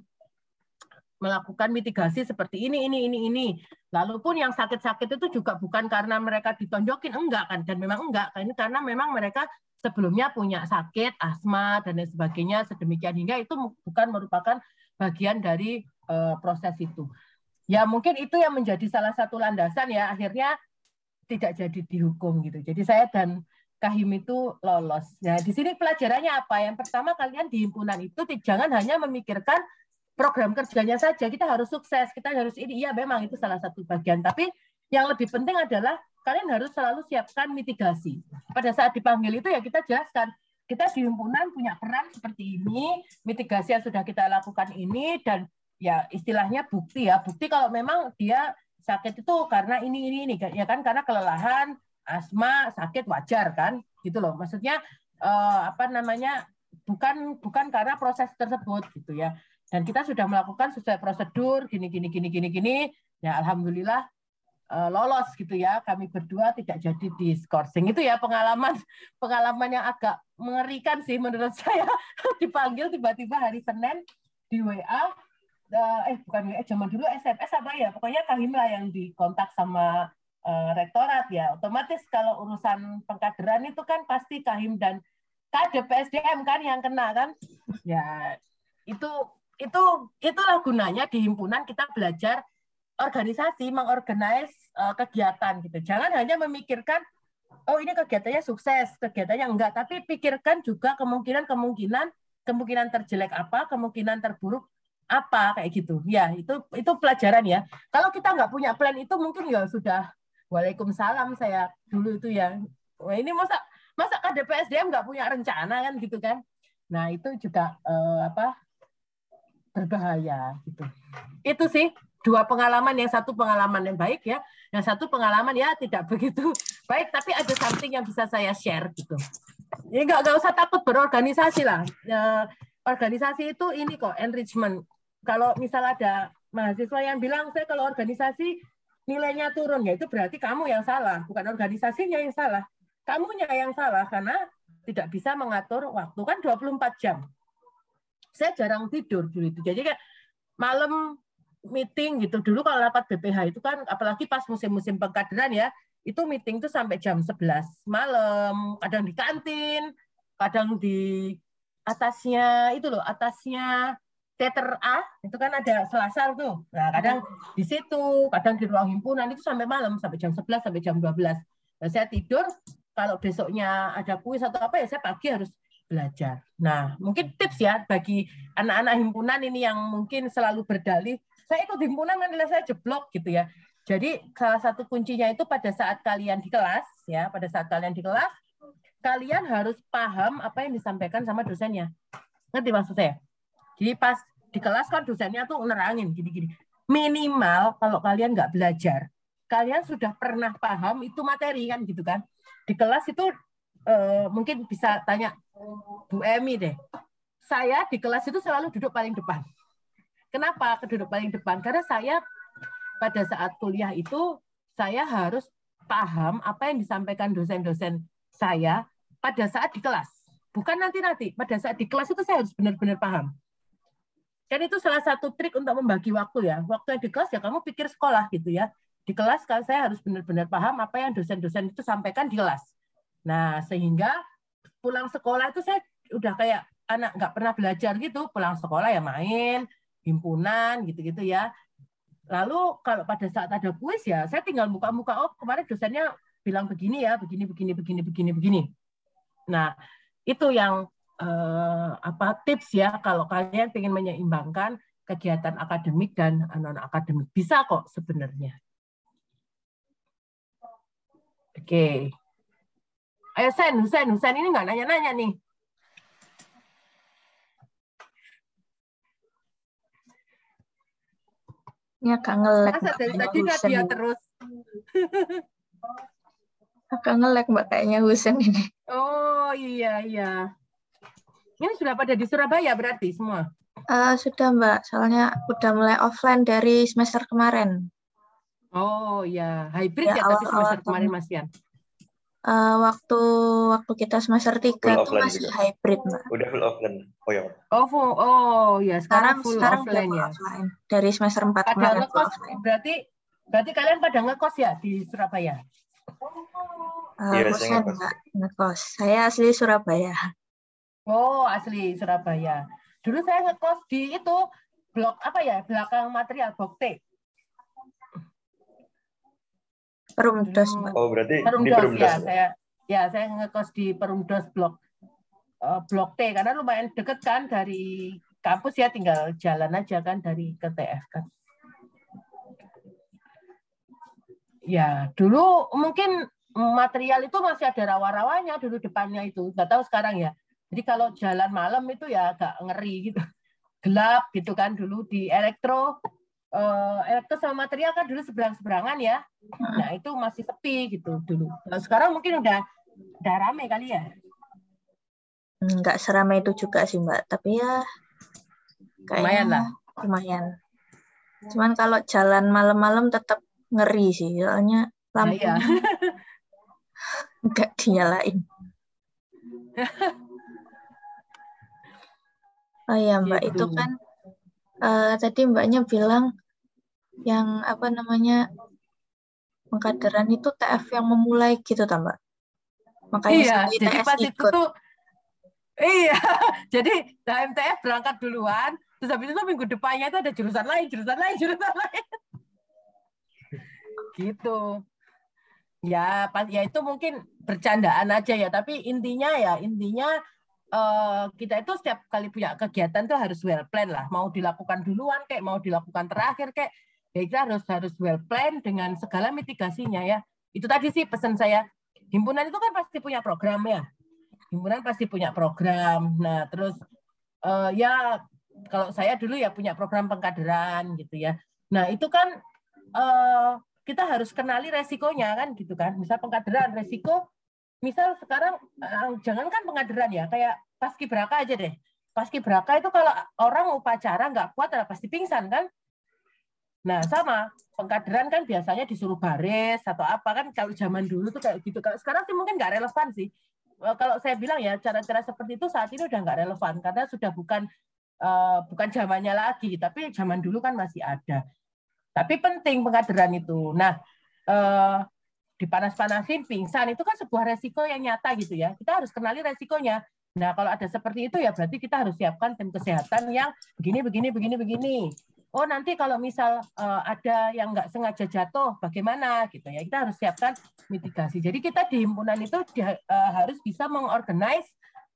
melakukan mitigasi seperti ini, ini, ini, ini. Lalu pun yang sakit-sakit itu juga bukan karena mereka ditonjokin, enggak kan, dan memang enggak, ini karena memang mereka sebelumnya punya sakit, asma, dan lain sebagainya, sedemikian hingga itu bukan merupakan bagian dari uh, proses itu. Ya mungkin itu yang menjadi salah satu landasan ya, akhirnya tidak jadi dihukum gitu. Jadi saya dan Kahim itu lolos. Nah di sini pelajarannya apa? Yang pertama, kalian di himpunan itu jangan hanya memikirkan program kerjanya saja, kita harus sukses, kita harus ini, iya memang itu salah satu bagian, tapi yang lebih penting adalah kalian harus selalu siapkan mitigasi. Pada saat dipanggil itu ya kita jelaskan, kita di himpunan punya peran seperti ini, mitigasi yang sudah kita lakukan ini, dan ya istilahnya bukti ya, bukti kalau memang dia sakit itu karena ini, ini, ini, ya kan, karena kelelahan, asma, sakit wajar kan, gitu loh, maksudnya eh, apa namanya, bukan bukan karena proses tersebut gitu ya. Dan kita sudah melakukan sesuai prosedur gini gini gini gini gini ya, alhamdulillah uh, lolos gitu ya, kami berdua tidak jadi diskorsing. Itu ya pengalaman pengalaman yang agak mengerikan sih menurut saya. Dipanggil tiba-tiba hari Senin di W A, uh, eh bukan W A, zaman dulu S M S apa ya, pokoknya Kahim lah yang dikontak sama uh, rektorat ya. Otomatis kalau urusan pengkaderan itu kan pasti Kahim dan K D P S D M kan yang kena kan ya. Itu itu itulah gunanya di himpunan kita belajar organisasi, mengorganize uh, kegiatan gitu. Jangan hanya memikirkan oh ini kegiatannya sukses, kegiatannya enggak, tapi pikirkan juga kemungkinan-kemungkinan kemungkinan terjelek apa, kemungkinan terburuk apa, kayak gitu. Ya, itu itu pelajaran ya. Kalau kita nggak punya plan itu mungkin ya sudah waalaikumsalam saya dulu itu ya. Wah, ini masa masa K D P S D M nggak punya rencana kan gitu kan. Nah, itu juga uh, apa? berbahaya gitu. Itu sih dua pengalaman, yang satu pengalaman yang baik ya, yang satu pengalaman ya tidak begitu baik, tapi ada something yang bisa saya share gitu. Ya nggak nggak usah takut berorganisasi lah. Ya, organisasi itu ini kok enrichment. Kalau misal ada mahasiswa yang bilang saya kalau organisasi nilainya turun, ya itu berarti kamu yang salah, bukan organisasinya yang salah. Kamunya yang salah karena tidak bisa mengatur waktu, kan dua puluh empat jam. Saya jarang tidur dulu itu. Jadi kayak malam meeting gitu. Dulu kalau rapat B P H itu kan, apalagi pas musim-musim pengkaderan ya, itu meeting itu sampai jam sebelas malam. Kadang di kantin, kadang di atasnya itu loh, atasnya teater A, itu kan ada selasar tuh. Nah, kadang di situ, kadang di ruang himpunan itu sampai malam, sampai jam sebelas, sampai jam dua belas. Nah, saya tidur, kalau besoknya ada kuis atau apa ya saya pagi harus belajar. Nah, mungkin tips ya bagi anak-anak himpunan ini yang mungkin selalu berdalih, saya ikut himpunan kan nilai saya jeblok gitu ya. Jadi salah satu kuncinya itu pada saat kalian di kelas ya, pada saat kalian di kelas, kalian harus paham apa yang disampaikan sama dosennya. Ngerti maksud saya? Jadi pas di kelas kan dosennya tuh nerangin gini-gini. Minimal kalau kalian nggak belajar, kalian sudah pernah paham itu materi kan gitu kan. Di kelas itu Uh, mungkin bisa tanya Bu Emi deh. Saya di kelas itu selalu duduk paling depan. Kenapa duduk paling depan? Karena saya pada saat kuliah itu saya harus paham apa yang disampaikan dosen-dosen saya pada saat di kelas. Bukan nanti-nanti, pada saat di kelas itu saya harus benar-benar paham. Dan itu salah satu trik untuk membagi waktu ya. Waktu yang di kelas ya kamu pikir sekolah gitu ya. di kelas kan saya harus benar-benar paham apa yang dosen-dosen itu sampaikan di kelas. Nah, sehingga pulang sekolah itu saya udah kayak anak nggak pernah belajar gitu, pulang sekolah ya main, himpunan gitu-gitu ya. Lalu kalau pada saat ada kuis ya saya tinggal muka-muka, oh kemarin dosennya bilang begini ya, begini, begini, begini, begini, begini. Nah, itu yang eh, apa tips ya kalau kalian ingin menyeimbangkan kegiatan akademik dan non-akademik. Bisa kok sebenarnya. Oke. Ayo Sen, Husen, Husen ini nggak nanya-nanya nih. Ya Kak ngelek. Masa dari tadi Nadia terus. Kak ngelek Mbak kayaknya Husen ini. Oh iya iya. Ini sudah pada di Surabaya berarti semua? Uh, sudah Mbak, soalnya udah mulai offline dari semester kemarin. Oh iya, hybrid ya, ya awal, tapi semester awal kemarin Mas Yan? Uh, waktu waktu kita semester tiga itu masih juga. Hybrid Mbak. Udah full offline. Oh ya. Oh, full, oh ya sekarang, sekarang full sekarang offline full ya. Offline. Dari semester empat pada kemarin ngekos, berarti berarti kalian pada ngekos ya di Surabaya? Uh, iya, saya ngekos. ngekos. Saya asli Surabaya. Oh, asli Surabaya. Dulu saya ngekos di itu blok apa ya, belakang material blok T. Perumdos. Oh, berarti Perumdos, di Perumdos ya, saya ya saya ngekos di Perumdos blok uh, blok T karena lumayan deket kan dari kampus ya, tinggal jalan aja kan dari ke T F kan. Ya, dulu mungkin material itu masih ada rawa-rawanya dulu depannya itu. Nggak tahu sekarang ya. Jadi kalau jalan malam itu ya agak ngeri gitu. Gelap gitu kan dulu di elektro. Uh, elektro sama material kan dulu seberang-seberangan ya. Nah, itu masih sepi gitu dulu. Nah, sekarang mungkin udah udah rame kali ya. Nggak seramai itu juga sih, Mbak. Tapi ya kayaknya lumayan lah. Lumayan. Cuman kalau jalan malam-malam tetap ngeri sih, soalnya lampunya nah, iya. nggak dinyalain. Oh iya Mbak, gitu. Itu kan uh, tadi Mbaknya bilang yang apa namanya pengkaderan itu T F yang memulai gitu tak Mbak? Makanya iya, sampai jadi T S pas ikut. itu tuh iya, jadi H M T F berangkat duluan, terus habis itu minggu depannya itu ada jurusan lain, jurusan lain, jurusan lain. Gitu. Ya, pas ya itu mungkin bercandaan aja ya, tapi intinya ya, intinya uh, kita itu setiap kali punya kegiatan tuh harus well plan lah. Mau dilakukan duluan kayak mau dilakukan terakhir kayak ya kita harus harus well plan dengan segala mitigasinya ya. Itu tadi sih pesan saya. Himpunan itu kan pasti punya program ya. Himpunan pasti punya program. Nah, terus uh, ya kalau saya dulu ya punya program pengkaderan gitu ya. Nah, itu kan uh, kita harus kenali resikonya kan gitu kan. Misal pengkaderan resiko, misal sekarang uh, jangankan pengkaderan ya, kayak paskibraka aja deh. Paskibraka itu kalau orang upacara nggak kuat ya pasti pingsan kan. Nah, sama pengkaderan kan biasanya disuruh baris atau apa kan, kalau zaman dulu tuh kayak gitu. Kalau sekarang sih mungkin nggak relevan sih. Kalau saya bilang ya cara-cara seperti itu saat ini udah nggak relevan karena sudah bukan uh, bukan zamannya lagi, tapi zaman dulu kan masih ada. Tapi penting pengkaderan itu. Nah, uh, dipanas-panasin, pingsan itu kan sebuah resiko yang nyata gitu ya. Kita harus kenali resikonya. Nah, kalau ada seperti itu ya berarti kita harus siapkan tim kesehatan yang begini, begini, begini, begini. Oh, nanti kalau misal uh, ada yang nggak sengaja jatuh, bagaimana gitu ya. Kita harus siapkan mitigasi. Jadi kita di himpunan itu di, uh, harus bisa mengorganize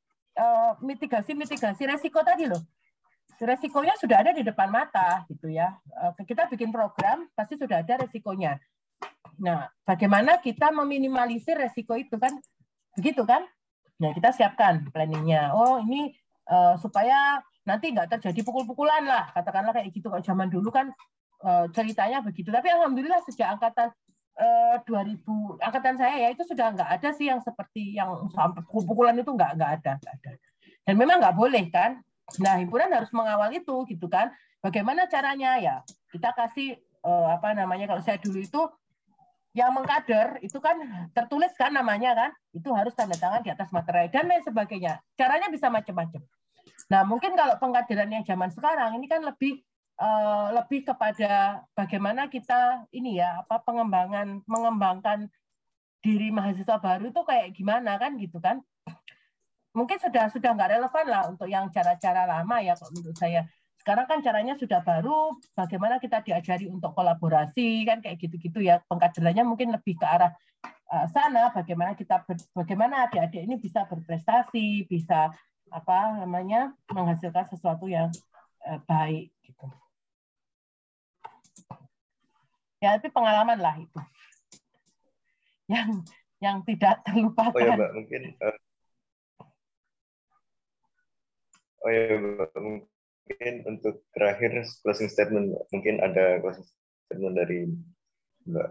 uh, mitigasi-mitigasi resiko tadi loh. Resikonya sudah ada di depan mata gitu ya. Uh, kita bikin program pasti sudah ada resikonya. Nah, bagaimana kita meminimalisir resiko itu kan? Begitu kan? Nah, kita siapkan planningnya. Oh, ini uh, supaya nanti nggak terjadi pukul-pukulan lah, katakanlah kayak gitu. Kalau zaman dulu kan uh, ceritanya begitu. Tapi alhamdulillah sejak angkatan uh, dua ribu, angkatan saya ya itu sudah nggak ada sih yang seperti yang sampai pukul-pukulan itu nggak nggak ada, nggak ada. Dan memang nggak boleh kan. Nah, himpunan harus mengawal itu gitu kan. Bagaimana caranya ya? Kita kasih uh, apa namanya, kalau saya dulu itu yang mengkader itu kan tertulis kan namanya kan, itu harus tanda tangan di atas materai dan lain sebagainya. Caranya bisa macam-macam. Nah, mungkin kalau pengkaderan yang zaman sekarang ini kan lebih uh, lebih kepada bagaimana kita ini ya apa pengembangan mengembangkan diri mahasiswa baru itu kayak gimana kan gitu kan. Mungkin sudah sudah nggak relevan lah untuk yang cara-cara lama ya kalau menurut saya. Sekarang kan caranya sudah baru, bagaimana kita diajari untuk kolaborasi kan kayak gitu-gitu ya. Pengkaderannya mungkin lebih ke arah uh, sana, bagaimana kita ber, bagaimana adik-adik ini bisa berprestasi, bisa apa namanya menghasilkan sesuatu yang uh, baik gitu. Ya itu pengalaman lah itu. Yang yang tidak terlupakan. Oh ya Mbak, mungkin uh, Oh ya Mbak, mungkin untuk terakhir closing statement, mungkin ada closing statement dari Mbak.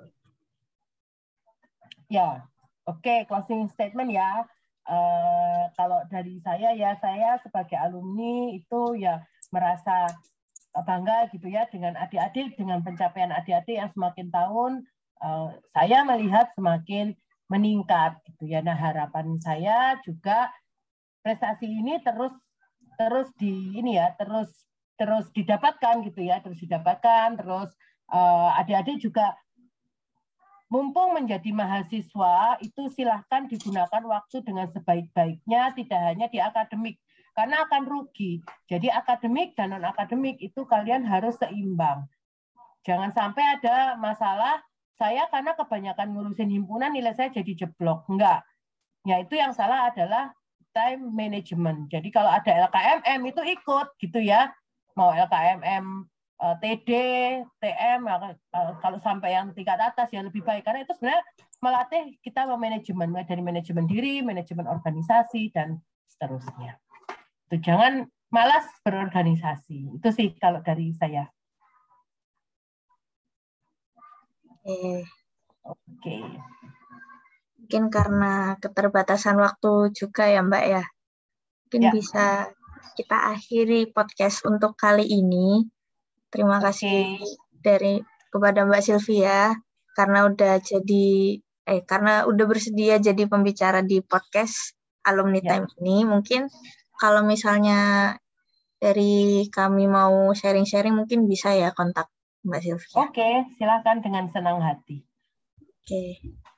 Ya, oke, okay, closing statement ya. Uh, kalau dari saya ya, saya sebagai alumni itu ya merasa bangga gitu ya dengan adik-adik, dengan pencapaian adik-adik yang semakin tahun uh, saya melihat semakin meningkat gitu ya. Nah, harapan saya juga prestasi ini terus terus di ini ya terus terus didapatkan gitu ya terus didapatkan terus uh, adik-adik juga mumpung menjadi mahasiswa itu silahkan digunakan waktu dengan sebaik-baiknya, tidak hanya di akademik karena akan rugi. Jadi akademik dan non akademik itu kalian harus seimbang. Jangan sampai ada masalah saya karena kebanyakan ngurusin himpunan nilai saya jadi jeblok. Enggak. Ya itu yang salah adalah time management. Jadi kalau ada L K M M itu ikut gitu ya. Mau L K M M T D, T M kalau sampai yang tingkat atas ya lebih baik karena itu sebenarnya melatih kita memanajemen dari manajemen diri, manajemen organisasi dan seterusnya. Itu jangan malas berorganisasi. Itu sih kalau dari saya. Oke. Oke. Mungkin karena keterbatasan waktu juga ya Mbak ya. Mungkin ya. Bisa kita akhiri podcast untuk kali ini. Terima okay. kasih dari kepada Mbak Sylvia karena udah jadi eh karena udah bersedia jadi pembicara di podcast Alumni ya. Time ini. Mungkin kalau misalnya dari kami mau sharing-sharing mungkin bisa ya kontak Mbak Sylvia. Oke, okay, silakan dengan senang hati. Oke. Okay.